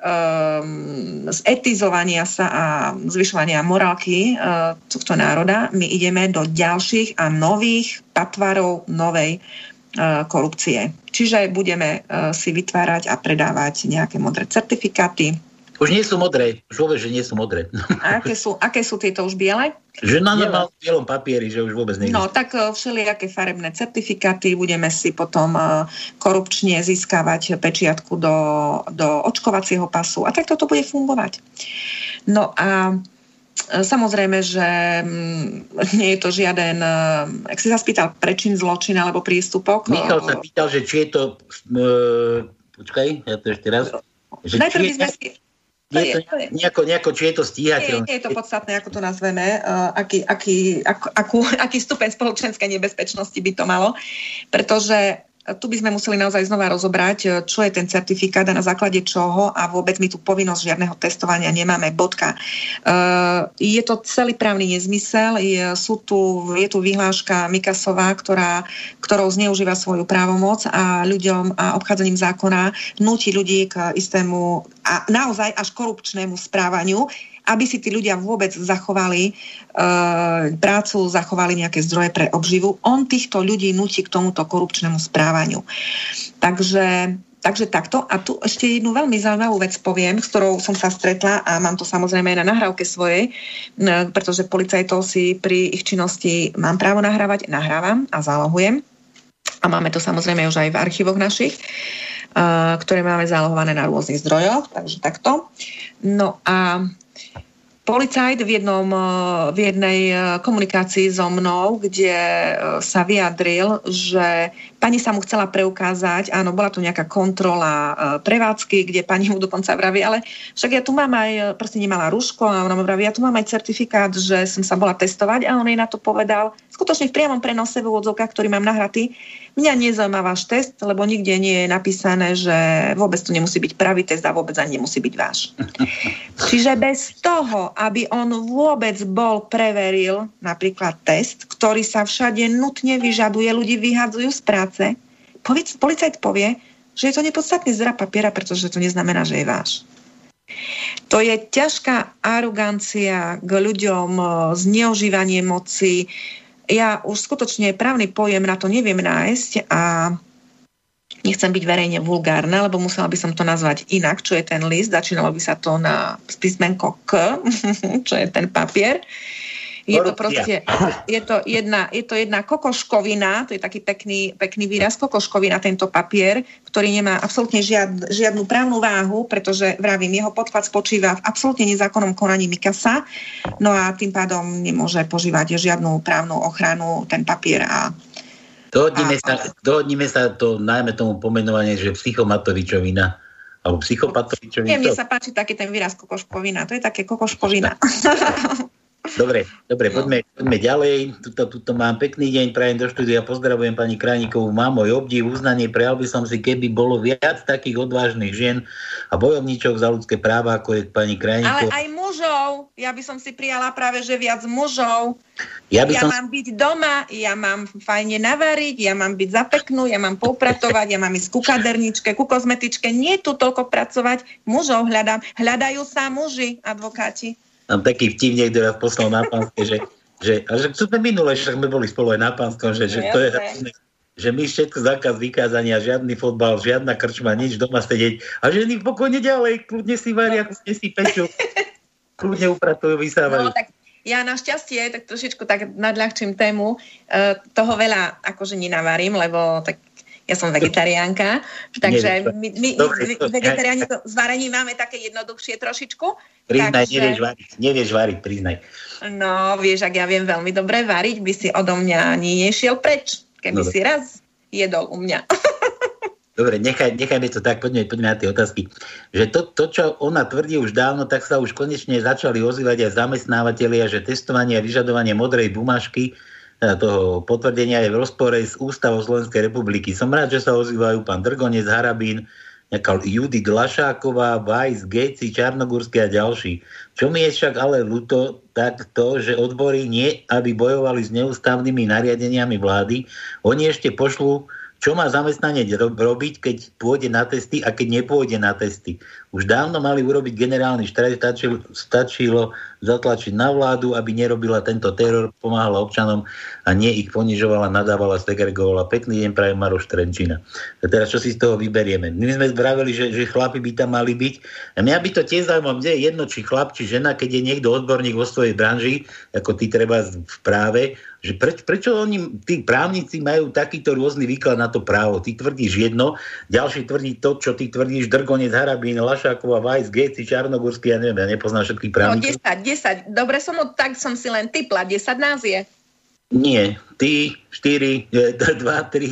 zetizovania sa a zvyšovania morálky tohto národa, my ideme do ďalších a nových patvarov novej korupcie. Čiže budeme si vytvárať a predávať nejaké modré certifikáty. Už nie sú modré, už vôbec, že nie sú modré. A aké sú tieto už biele? Že na normálnom bielom papieri, že už vôbec nie. No, tak všelijaké farebné certifikáty, budeme si potom korupčne získavať pečiatku do očkovacieho pasu a tak toto bude fungovať. No a samozrejme, že nie je to žiaden, ak si sa spýtal, prečin, zločin alebo prístupok. Michal sa pýtal, že či je to počkaj, ja to ešte raz. Najprv by sme si Nejako, či je to stíhateľné. Nie je to podstatné, ako to nazveme, aký stupeň spoločenskej nebezpečnosti by to malo, pretože tu by sme museli naozaj znova rozobrať, čo je ten certifikát a na základe čoho a vôbec my tu povinnosť žiadneho testovania nemáme, bodka. Je to celý právny nezmysel, je tu vyhláška Mikasová, ktorou zneužíva svoju právomoc a ľuďom a obchádzaním zákona núti ľudí k istému a naozaj až korupčnému správaniu, aby si tí ľudia vôbec zachovali prácu, zachovali nejaké zdroje pre obživu. On týchto ľudí núti k tomuto korupčnému správaniu. Takže takto. A tu ešte jednu veľmi zaujímavú vec poviem, s ktorou som sa stretla a mám to samozrejme aj na nahrávke svojej, pretože policajtov si pri ich činnosti mám právo nahrávať, nahrávam a zálohujem. A máme to samozrejme už aj v archívoch našich, ktoré máme zálohované na rôznych zdrojoch. Takže takto. No a policajt v jednej komunikácii so mnou, kde sa vyjadril, že pani sa mu chcela preukázať, áno, bola tu nejaká kontrola prevádzky, kde pani mu dokonca vraví, ale však ja tu mám aj, proste nemala rúško a ona mu vraví, ja tu mám aj certifikát, že som sa bola testovať a on jej na to povedal, skutočne v priamom prenose v úvodzovkách, ktorý mám nahratý, mňa nezaujíma váš test, lebo nikde nie je napísané, že vôbec to nemusí byť pravý test a vôbec ani nemusí byť váš. Čiže bez toho, aby on vôbec preveril napríklad test, ktorý sa všade nutne vyžaduje, ľudí vyhadzujú z práce, policajt povie, že je to nepodstatný zrab papiera, pretože to neznamená, že je váš. To je ťažká arogancia k ľuďom, zneužívanie moci. Ja už skutočne právny pojem na to neviem nájsť a nechcem byť verejne vulgárna, lebo musela by som to nazvať inak, čo je ten list. Začínalo by sa to na písmenko K, čo je ten papier. Je to proste, je to jedna kokoškovina, to je taký pekný výraz, kokoškovina tento papier, ktorý nemá absolútne žiadnu právnu váhu, pretože vravím, jeho podklad spočíva v absolútne nezákonnom konaní Mikasa, no a tým pádom nemôže požívať žiadnu právnu ochranu ten papier a dohodnime sa to najmä tomu pomenovanie, že psychomatovičovina alebo psychopatovičovina. Mne sa páči taký ten výraz kokoškovina, to je také kokoškovina. Dobre, poďme ďalej. Tuto mám pekný deň, prajem do štúdia, pozdravujem pani Krajníkovú, mám môj obdiv, uznanie, prijal by som si, keby bolo viac takých odvážnych žien a bojovníčok za ľudské práva, ako je pani Krajníková. Ale aj mužov, ja by som si prijala práve, že viac mužov. Mám byť doma, ja mám fajne navariť, ja mám byť za peknú, ja mám poupratovať, ja mám ísť ku kaderničke, ku kozmetičke, nie tu toľko pracovať, mužov hľadajú sa muži, advokáti. Mám taký vtip niekto raz poslal na Pánske, že sú sme minule, však sme boli spolu aj na Pánskom, že to je, že my všetko zákaz vykázania, žiadny fotbal, žiadna krčma, nič doma sedieť a ženy pokojne ďalej, kľudne si varia, kľudne si pečú, kľudne upratujú, vysávajú. No, tak ja našťastie tak trošičku tak nadľahčím tému, toho veľa akože nenavarím, lebo tak ja som vegetariánka, takže my vegetariáni s varením máme také jednoduchšie trošičku. Priznaj, nevieš variť, priznaj. No, vieš, ak ja viem veľmi dobre variť, by si odo mňa ani nešiel preč, keby si raz jedol u mňa. Dobre, nechajme to tak, poďme na tie otázky. Že to, čo ona tvrdí už dávno, tak sa už konečne začali ozývať aj zamestnávateľia, že testovanie a vyžadovanie modrej bumážky, toho potvrdenia je v rozpore s Ústavou Slovenskej republiky. Som rád, že sa ozývajú pán Drgonec, Harabín, nejaká Judit Lašáková, Vajs, Geci, Čarnogórsky a ďalší. Čo mi je však ale ľúto, tak to, že odbory nie, aby bojovali s neústavnými nariadeniami vlády, oni ešte pošlú, čo má zamestnanec robiť, keď pôjde na testy a keď nepôjde na testy. Už dávno mali urobiť generálny štrajk, stačilo zatlačiť na vládu, aby nerobila tento teror, pomáhala občanom a nie ich ponižovala, nadávala, segregovala. Pekný deň praje Maroš Trenčína. A teraz čo si z toho vyberieme? My sme zbravili, že chlapi by tam mali byť. A mňa by to tiež zaujímalo, mne je jedno, či chlap, či žena, keď je niekto odborník vo svojej branži, ako ty treba v práve, že prečo oni, tí právnici majú takýto rôzny výklad na to právo. Ty tvrdíš jedno, ďalší tvrdí to, čo ty tvrdíš, Drgonec, Harabín, Lašáková, Vajs, Geci, Čarnogórsky, ja neviem, ja nepoznám všetkých právnikov. No 10. Dobre tak som si len tipla, 10 nás je. Nie, ty 4, 2, 3, 4,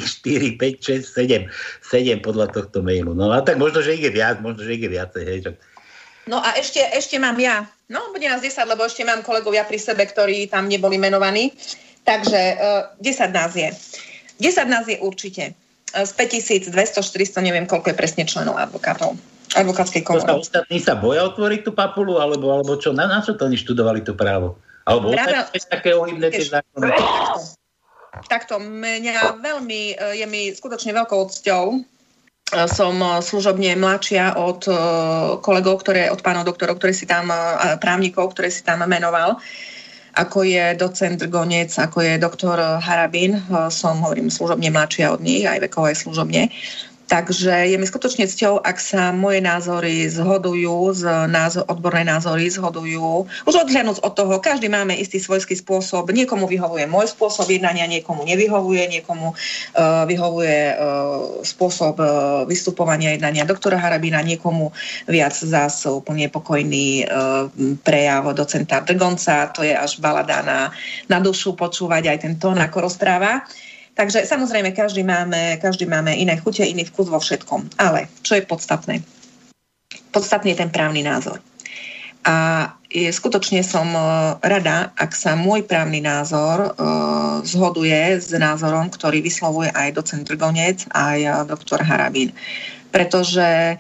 5, 6, 7 podľa tohto mailu. No a tak možno, že ich je viac, možno, že ich je viacej. Hej. No a ešte mám ja. No, bude nás 10, lebo ešte mám kolegovia pri sebe, ktorí tam neboli menovaní. Takže 10 nás je. 10 nás je určite. Z 5200, 400, neviem, koľko je presne členov advokátskej komory. Ostatní sa boja otvoriť tú papulu, alebo čo? Na čo to oni študovali to právo? Alebo také ohybné tie zákony? Takto, mňa veľmi, je mi skutočne veľkou cťou. Som služobne mladšia od kolegov, od pánov doktorov, právnikov, ktoré si tam menoval. Ako je docent Drgonec, ako je doktor Harabín, hovorím, služobne mladšia od nich, aj vekovo aj služobne. Takže je mi skutočne cťou, ak sa moje názory zhodujú, odborné názory zhodujú. Už odhľadnúc od toho, každý máme istý svojský spôsob. Niekomu vyhovuje môj spôsob jednania, niekomu nevyhovuje, niekomu vyhovuje spôsob vystupovania jednania doktora Harabína, niekomu viac zás úplne pokojný prejav docenta Drgonca. To je až balada na dušu počúvať aj ten tón, ako rozpráva. Takže samozrejme, každý máme iné chute, iný vkus vo všetkom. Ale čo je podstatné? Podstatný je ten právny názor. A skutočne som rada, ak sa môj právny názor zhoduje s názorom, ktorý vyslovuje aj docent Drgonec, aj doktor Harabín. Pretože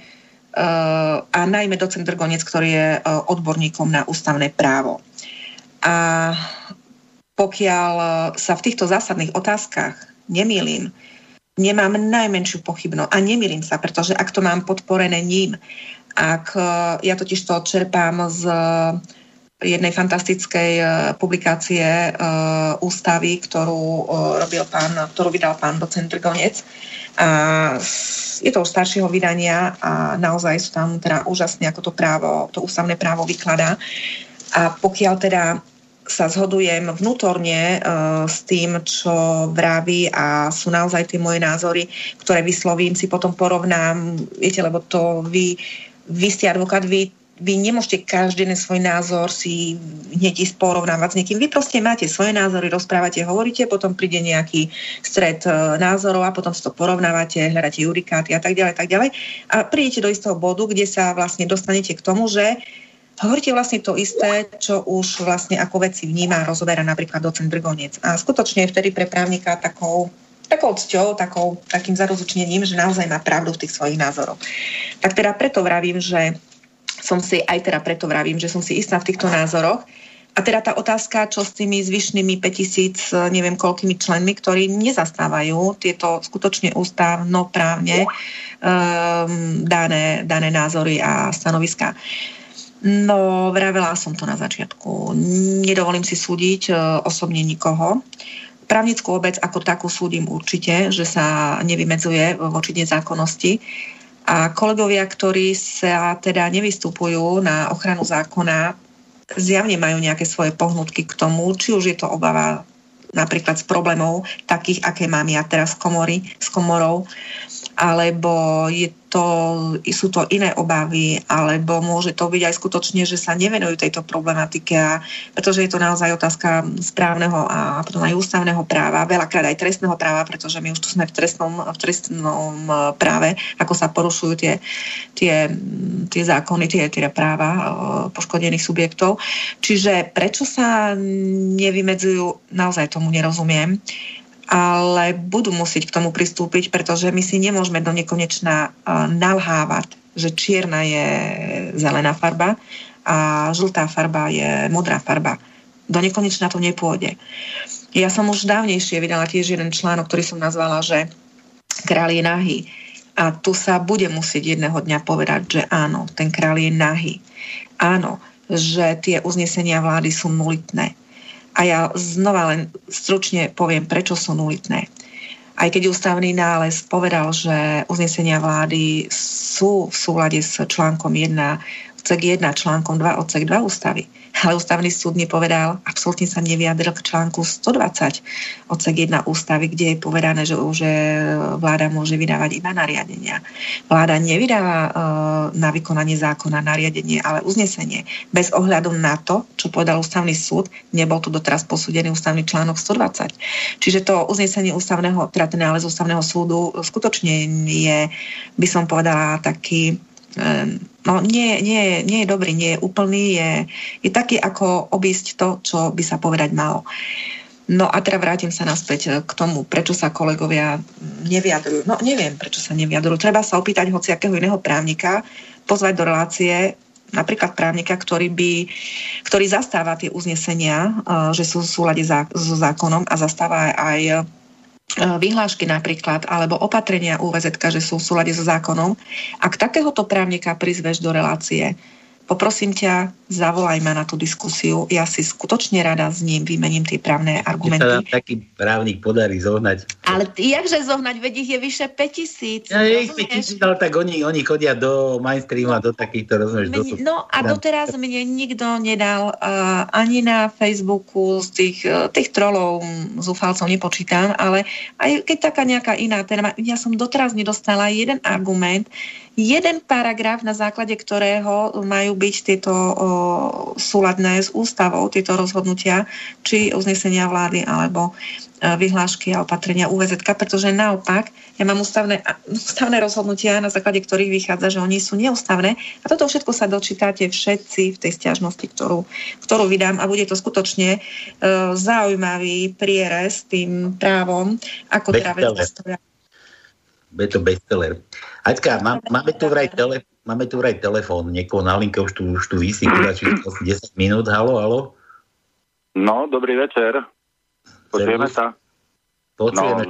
a najmä docent Drgonec, ktorý je odborníkom na ústavné právo. A pokiaľ sa v týchto zásadných otázkach nemýlim, nemám najmenšiu pochybnosť a nemýlim sa, pretože ak to mám podporené ním, ja totiž to čerpám z jednej fantastickej publikácie ústavy, ktorú vydal pán docent Drgonec. A je to už staršieho vydania a naozaj sú tam teda úžasne, ako to ústavné právo vykladá. A pokiaľ teda sa zhodujem vnútorne s tým, čo vraví a sú naozaj tie moje názory, ktoré vyslovím, si potom porovnám, viete, lebo to vy ste advokát, vy nemôžete každý svoj názor si hneď ísť porovnávať s niekým. Vy proste máte svoje názory, rozprávate, hovoríte, potom príde nejaký stret názorov a potom si to porovnávate, hľadáte judikáty a tak ďalej. A prídete do istého bodu, kde sa vlastne dostanete k tomu, že hovoríte vlastne to isté, čo už vlastne ako veci vníma a rozoberá napríklad docent Drgonec. A skutočne je vtedy pre právnika takou cťou, takým zarozučnením, že naozaj má pravdu v tých svojich názoroch. Tak teda preto vravím, že som si istá v týchto názoroch. A teda tá otázka, čo s tými zvyšnými 5000, neviem koľkými členmi, ktorí nezastávajú tieto skutočne ústavnoprávne dané názory a stanoviská. No, vravela som to na začiatku. Nedovolím si súdiť osobne nikoho. Právnickú obec ako takú súdim určite, že sa nevymedzuje voči nezákonnosti. A kolegovia, ktorí sa teda nevystupujú na ochranu zákona, zjavne majú nejaké svoje pohnutky k tomu, či už je to obava napríklad z problémov takých, aké mám ja teraz s komorou, alebo je to sú to iné obavy, alebo môže to byť aj skutočne, že sa nevenujú tejto problematike, pretože je to naozaj otázka správneho a potom aj ústavného práva, veľakrát aj trestného práva, pretože my už tu sme v trestnom práve, ako sa porušujú tie zákony, tie práva poškodených subjektov. Čiže prečo sa nevymedzujú, naozaj tomu nerozumiem, ale budú musieť k tomu pristúpiť, pretože my si nemôžeme do nekonečna nalhávať, že čierna je zelená farba a žltá farba je modrá farba. Do nekonečna to nepôjde. Ja som už dávnejšie vydala tiež jeden článok, ktorý som nazvala, že kráľ je nahý. A tu sa bude musieť jedného dňa povedať, že áno, ten kráľ je nahý. Áno, že tie uznesenia vlády sú nulitné. A ja znova len stručne poviem, prečo sú nulitné. Aj keď ústavný nález povedal, že uznesenia vlády sú v súlade s článkom 1, odsek 1, článkom 2, odsek 2 ústavy. Ale ústavný súd nepovedal, absolútne sa nevyjadril k článku 120 odsek 1 ústavy, kde je povedané, že vláda môže vydávať iba nariadenia. Vláda nevydáva na vykonanie zákona nariadenie, ale uznesenie. Bez ohľadu na to, čo povedal ústavný súd, nebol tu doteraz posúdený ústavný článok 120. Čiže to uznesenie ústavného, teda ten nález ústavného súdu skutočne je, by som povedala, taký nie je dobrý, nie je úplný, je taký, ako obísť to, čo by sa povedať malo. No a teda vrátim sa naspäť k tomu, prečo sa kolegovia nevyjadrujú. No neviem, prečo sa nevyjadrujú. Treba sa opýtať hociakého iného právnika, pozvať do relácie napríklad právnika, ktorý zastáva tie uznesenia, že sú v súlade so zákonom a zastáva aj vyhlášky napríklad, alebo opatrenia UVZK, že sú v súlade so zákonom. Ak takéhoto právnika prizveš do relácie, poprosím ťa, zavolaj ma na tú diskusiu. Ja si skutočne rada s ním vymením tie právne argumenty. Keď sa nám taký právnik podarí zohnať. Ale jakže zohnať? Veď ich je vyše 5000. Ja ich 5000, ale tak oni chodia do mainstreamu a do takýchto, rozumieš? No a doteraz mne nikto nedal ani na Facebooku z tých trolov, zúfalcov nepočítam, ale aj keď taká nejaká iná téma, ja som doteraz nedostala jeden argument, jeden paragraf, na základe ktorého majú byť tieto súladné s ústavou, tieto rozhodnutia, či uznesenia vlády, alebo vyhlášky a opatrenia UVZK, pretože naopak, ja mám ústavné rozhodnutia, na základe ktorých vychádza, že oni sú neústavné a toto všetko sa dočítate všetci v tej sťažnosti, ktorú vydám a bude to skutočne zaujímavý prierez tým právom, ako teda vec postoja. Je to bestseller. Aťka, máme tu vraj telefón, niekoho na linke už tu visí, či 10 minút, halo? No, dobrý večer. Počujeme sa? Počujeme. No,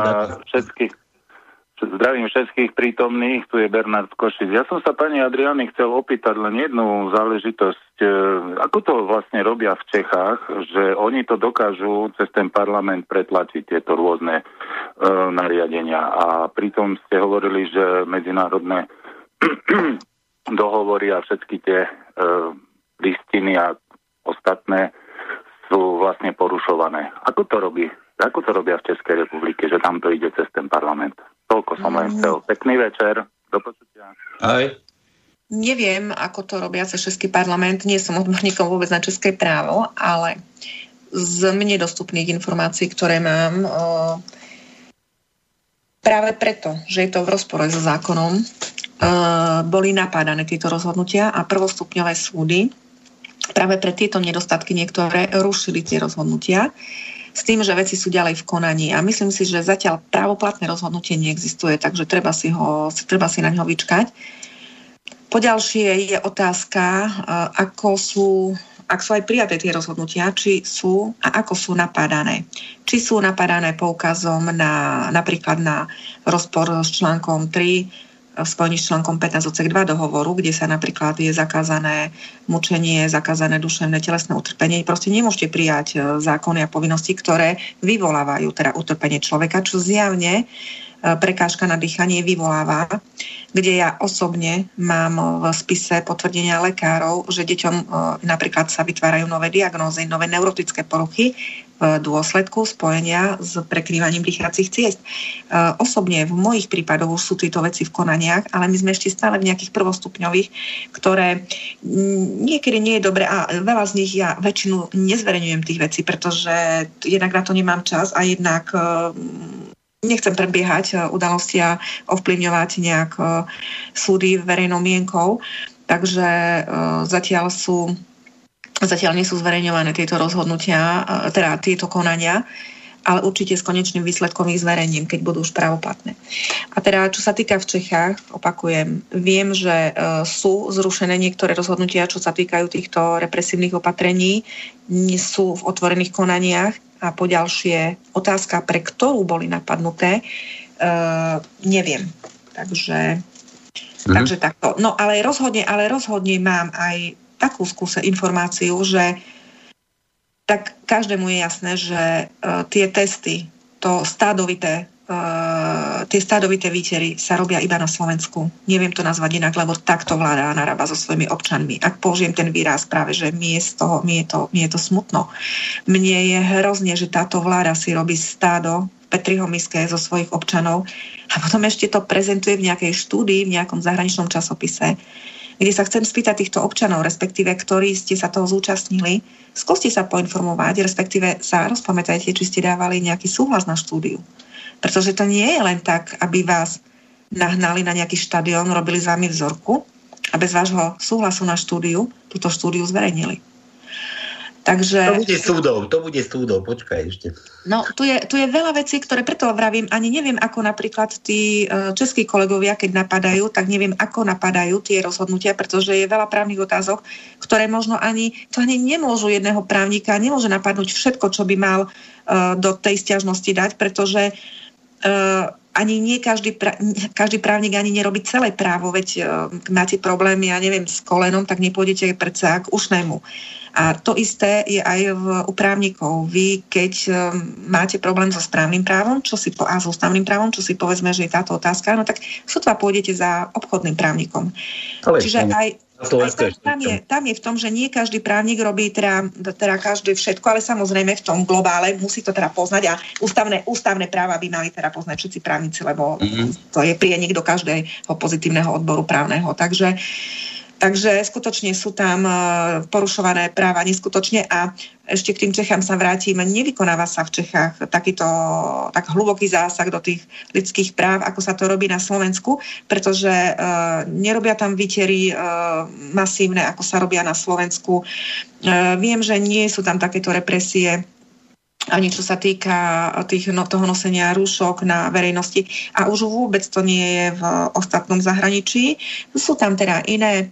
zdravím všetkých prítomných, tu je Bernard Košic. Ja som sa pani Adriány chcel opýtať len jednu záležitosť. Ako to vlastne robia v Čechách, že oni to dokážu cez ten parlament pretlačiť, tieto rôzne nariadenia. A pritom ste hovorili, že medzinárodné dohovory a všetky tie listiny a ostatné sú vlastne porušované. Ako to robia v Českej republike, že tam to ide cez ten parlament? Toľko som len chcel. Pekný večer. Do počutia. Aj. Neviem, ako to robia cez Český parlament. Nie som odborníkom vôbec na české právo, ale z mne dostupných informácií, ktoré mám, práve preto, že je to v rozpore so zákonom, boli napádané tieto rozhodnutia a prvostupňové súdy práve pre tieto nedostatky niektoré rušili tie rozhodnutia s tým, že veci sú ďalej v konaní. A myslím si, že zatiaľ právoplatné rozhodnutie neexistuje, takže treba si na ňo vyčkať. Poďalšie je otázka, ak sú aj prijaté tie rozhodnutia, či sú a ako sú napádané. Či sú napádané poukazom napríklad na rozpor s článkom 3 v spojení s článkom 15 odsek 2 dohovoru, kde sa napríklad je zakázané mučenie, zakázané duševné telesné utrpenie. Proste nemôžete prijať zákony a povinnosti, ktoré vyvolávajú teda utrpenie človeka, čo zjavne prekážka na dýchanie vyvoláva, kde ja osobne mám v spise potvrdenia lekárov, že deťom napríklad sa vytvárajú nové diagnózy, nové neurotické poruchy v dôsledku spojenia s prekrývaním dýchacích ciest. Osobne v mojich prípadoch už sú tieto veci v konaniach, ale my sme ešte stále v nejakých prvostupňových, ktoré niekedy nie je dobré a veľa z nich ja väčšinu nezverejňujem tých vecí, pretože jednak na to nemám čas a jednak nechcem prebiehať udalosti a ovplyvňovať nejak súdy verejnou mienkou. Takže zatiaľ nie sú zverejňované tieto rozhodnutia, teda tieto konania, ale určite s konečným výsledkom ich zverejním, keď budú už právoplatné. A teda, čo sa týka v Čechách, opakujem, viem, že sú zrušené niektoré rozhodnutia, čo sa týkajú týchto represívnych opatrení, sú v otvorených konaniach a poďalšie otázka, pre ktorú boli napadnuté, neviem. Takže takto. No ale rozhodne mám aj takú informáciu, že tak každému je jasné, že tie testy, tie stádovité výtery sa robia iba na Slovensku. Neviem to nazvať inak, lebo takto vláda narába so svojimi občanmi. Ak použijem ten výraz práve, že mi je to smutno. Mne je hrozne, že táto vláda si robí stádo v Petriho miske zo svojich občanov a potom ešte to prezentuje v nejakej štúdii, v nejakom zahraničnom časopise, kde sa chcem spýtať týchto občanov, respektíve, ktorí ste sa toho zúčastnili, skúste sa poinformovať, respektíve sa rozpamätajte, či ste dávali nejaký súhlas na štúdiu. Pretože to nie je len tak, aby vás nahnali na nejaký štadión, robili s vami vzorku a bez vášho súhlasu na štúdiu túto štúdiu zverejnili. Takže To bude súdov, počkaj ešte. No, tu je veľa vecí, ktoré preto vravím, ani neviem, ako napríklad tí českí kolegovia, keď napadajú, tak neviem, ako napadajú tie rozhodnutia, pretože je veľa právnych otázok, ktoré možno ani nemôžu jedného právnika, nemôže napadnúť všetko, čo by mal do tej sťažnosti dať, pretože ani nie každý právnik ani nerobí celé právo, veď máte problémy, ja neviem, s kolenom, tak nepôjdete predsa k ušnému. A to isté je aj u právnikov. Vy, keď máte problém so správnym právom a so ústavným právom, čo si povedzme, že je táto otázka, no tak sotva pôjdete za obchodným právnikom. Čiže tam je v tom, že nie každý právnik robí teda každý všetko, ale samozrejme v tom globále musí to teda poznať a ústavné práva by mali teda poznať všetci právnici, lebo to je prienik do každého pozitívneho odboru právneho. Takže skutočne sú tam porušované práva neskutočne a ešte k tým Čechám sa vrátim. Nevykonáva sa v Čechách tak hlboký zásah do tých ľudských práv, ako sa to robí na Slovensku, pretože nerobia tam výtery masívne, ako sa robia na Slovensku. Viem, že nie sú tam takéto represie ani čo sa týka toho nosenia rúšok na verejnosti. A už vôbec to nie je v ostatnom zahraničí. Sú tam teda iné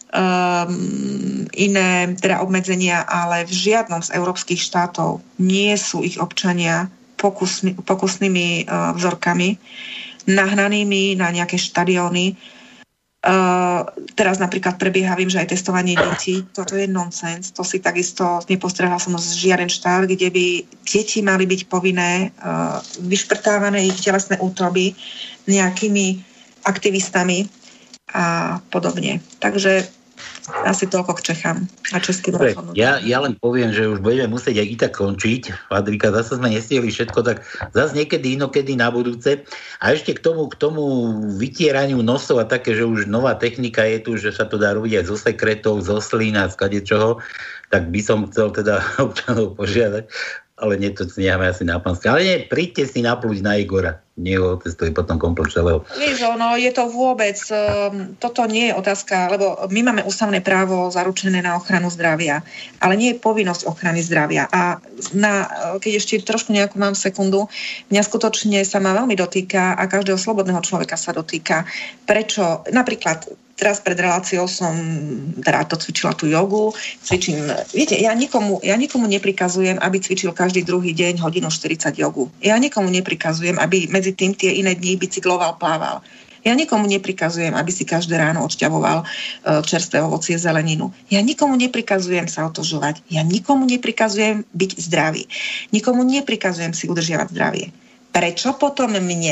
teda obmedzenia, ale v žiadnom z európskych štátov nie sú ich občania pokusnými vzorkami, nahnanými na nejaké štadióny. Teraz napríklad prebieha, viem, že aj testovanie detí, toto je nonsens, to si takisto nepostrehla som žiaden štát, kde by deti mali byť povinné vyšprtávané ich telesné útroby nejakými aktivistami a podobne. Takže asi toľko k Čechám a českým rozhodnutím. Ja len poviem, že už budeme musieť aj i tak končiť. Padrika, zase sme nestihli všetko, tak zase niekedy inokedy na budúce. A ešte k tomu vytieraniu nosov a také, že už nová technika je tu, že sa to dá robiť aj zo sekretov, zo slín a z kadečoho, tak by som chcel teda občanov požiadať, ale nie to necháme asi na pánske. Ale nie, príďte si napluť na Igora. Nie ho testuje potom komplet celého. Vieš, je to vôbec, toto nie je otázka, lebo my máme ústavné právo zaručené na ochranu zdravia, ale nie je povinnosť ochrany zdravia. A keď ešte trošku nejakú mám sekundu, mňa skutočne sa ma veľmi dotýka a každého slobodného človeka sa dotýka. Prečo? Napríklad teraz pred reláciou som teda to cvičila tú jogu, viete, ja nikomu neprikazujem, aby cvičil každý druhý deň hodinu 40 jogu. Ja nikomu neprikazujem, aby medzi tým tie iné dni bicykloval, plával. Ja nikomu neprikazujem, aby si každé ráno odšťavoval čerstvé ovocie, zeleninu. Ja nikomu neprikazujem sa otužovať. Ja nikomu neprikazujem byť zdravý. Nikomu neprikazujem si udržiavať zdravie. Prečo potom mne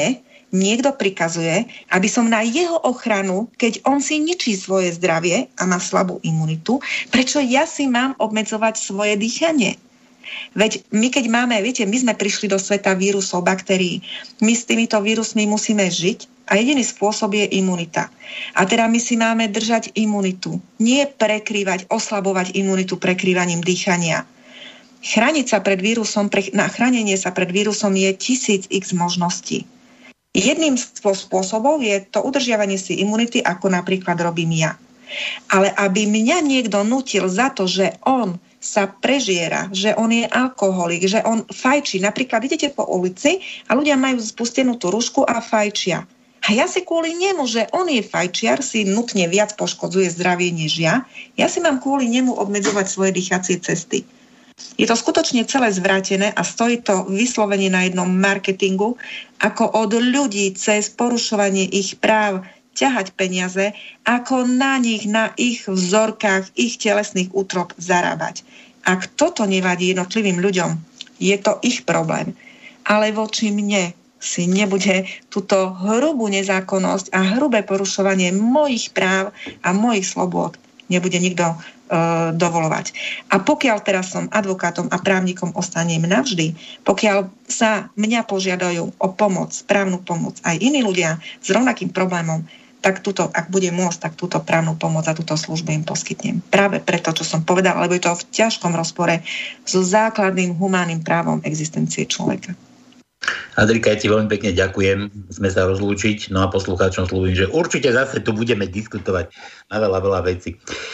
niekto prikazuje, aby som na jeho ochranu, keď on si ničí svoje zdravie a má slabú imunitu, prečo ja si mám obmedzovať svoje dýchanie? Veď my keď máme, viete, my sme prišli do sveta vírusov, baktérií. My s týmito vírusmi musíme žiť a jediný spôsob je imunita. A teda my si máme držať imunitu. Nie prekrývať, oslabovať imunitu prekrývaním dýchania. Chrániť sa pred vírusom, na chránenie sa pred vírusom je 1000x možností. Jedným z spôsobov je to udržiavanie si imunity, ako napríklad robím ja. Ale aby mňa niekto nutil za to, že on sa prežiera, že on je alkoholik, že on fajčí. Napríklad idete po ulici a ľudia majú spustenú tú rušku a fajčia. A ja si kvôli nemu, že on je fajčiar, si nutne viac poškodzuje zdravie než ja. Ja si mám kvôli nemu obmedzovať svoje dýchacie cesty. Je to skutočne celé zvrátené a stojí to vyslovene na jednom marketingu, ako od ľudí cez porušovanie ich práv ťahať peniaze, ako na nich, na ich vzorkách, ich telesných útrop zarábať. Ak toto nevadí jednotlivým ľuďom, je to ich problém. Ale voči mne si nebude túto hrubú nezákonnosť a hrubé porušovanie mojich práv a mojich slobôd nebude nikto dovolovať. A pokiaľ teraz som advokátom a právnikom ostanem navždy, pokiaľ sa mňa požiadajú o pomoc, právnu pomoc aj iní ľudia s rovnakým problémom, tak túto, ak bude môcť, tak túto právnu pomoc a túto službu im poskytnem. Práve preto, čo som povedala, lebo je to v ťažkom rozpore so základným humánnym právom existencie človeka. Adrika, ja ti veľmi pekne ďakujem. Sme sa rozlúčiť. No a poslucháčom slúbim, že určite zase tu budeme diskutovať na veľa vecí.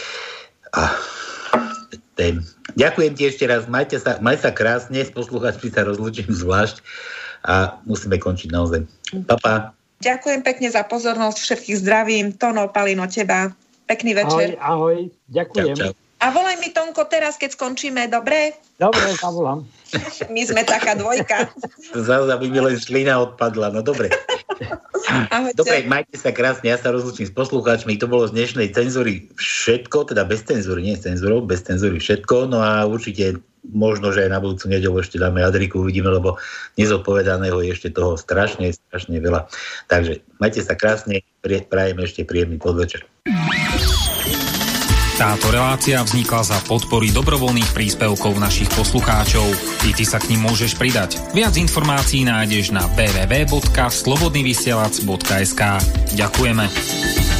Ďakujem ti ešte raz. Maj sa krásne. S poslucháčmi sa rozlúčim zvlášť a musíme končiť naozaj. Pa. Ďakujem pekne za pozornosť. Všetkých zdravím. Tono, Palino, teba. Pekný večer. Ahoj. Ďakujem. Čau. A volaj mi, Tonko, teraz, keď skončíme, dobre? Dobre, zavolám. My sme taká dvojka. Zaujímavé, aby mi len šlina odpadla. No dobre. Ahojte. Dobre, majte sa krásne. Ja sa rozlúčim s poslucháčmi. To bolo z dnešnej cenzúry všetko, teda bez cenzúry, nie cenzúrou, bez cenzúry všetko. No a určite možno, že aj na budúcu nedeľu ešte dáme Adriku, uvidíme, lebo nezodpovedaného je ešte toho strašne veľa. Takže majte sa krásne, prajem ešte príjemný podvečer. Táto relácia vznikla za podpory dobrovoľných príspevkov našich poslucháčov. I ty sa k nim môžeš pridať. Viac informácií nájdeš na www.slobodnyvysielac.sk. Ďakujeme.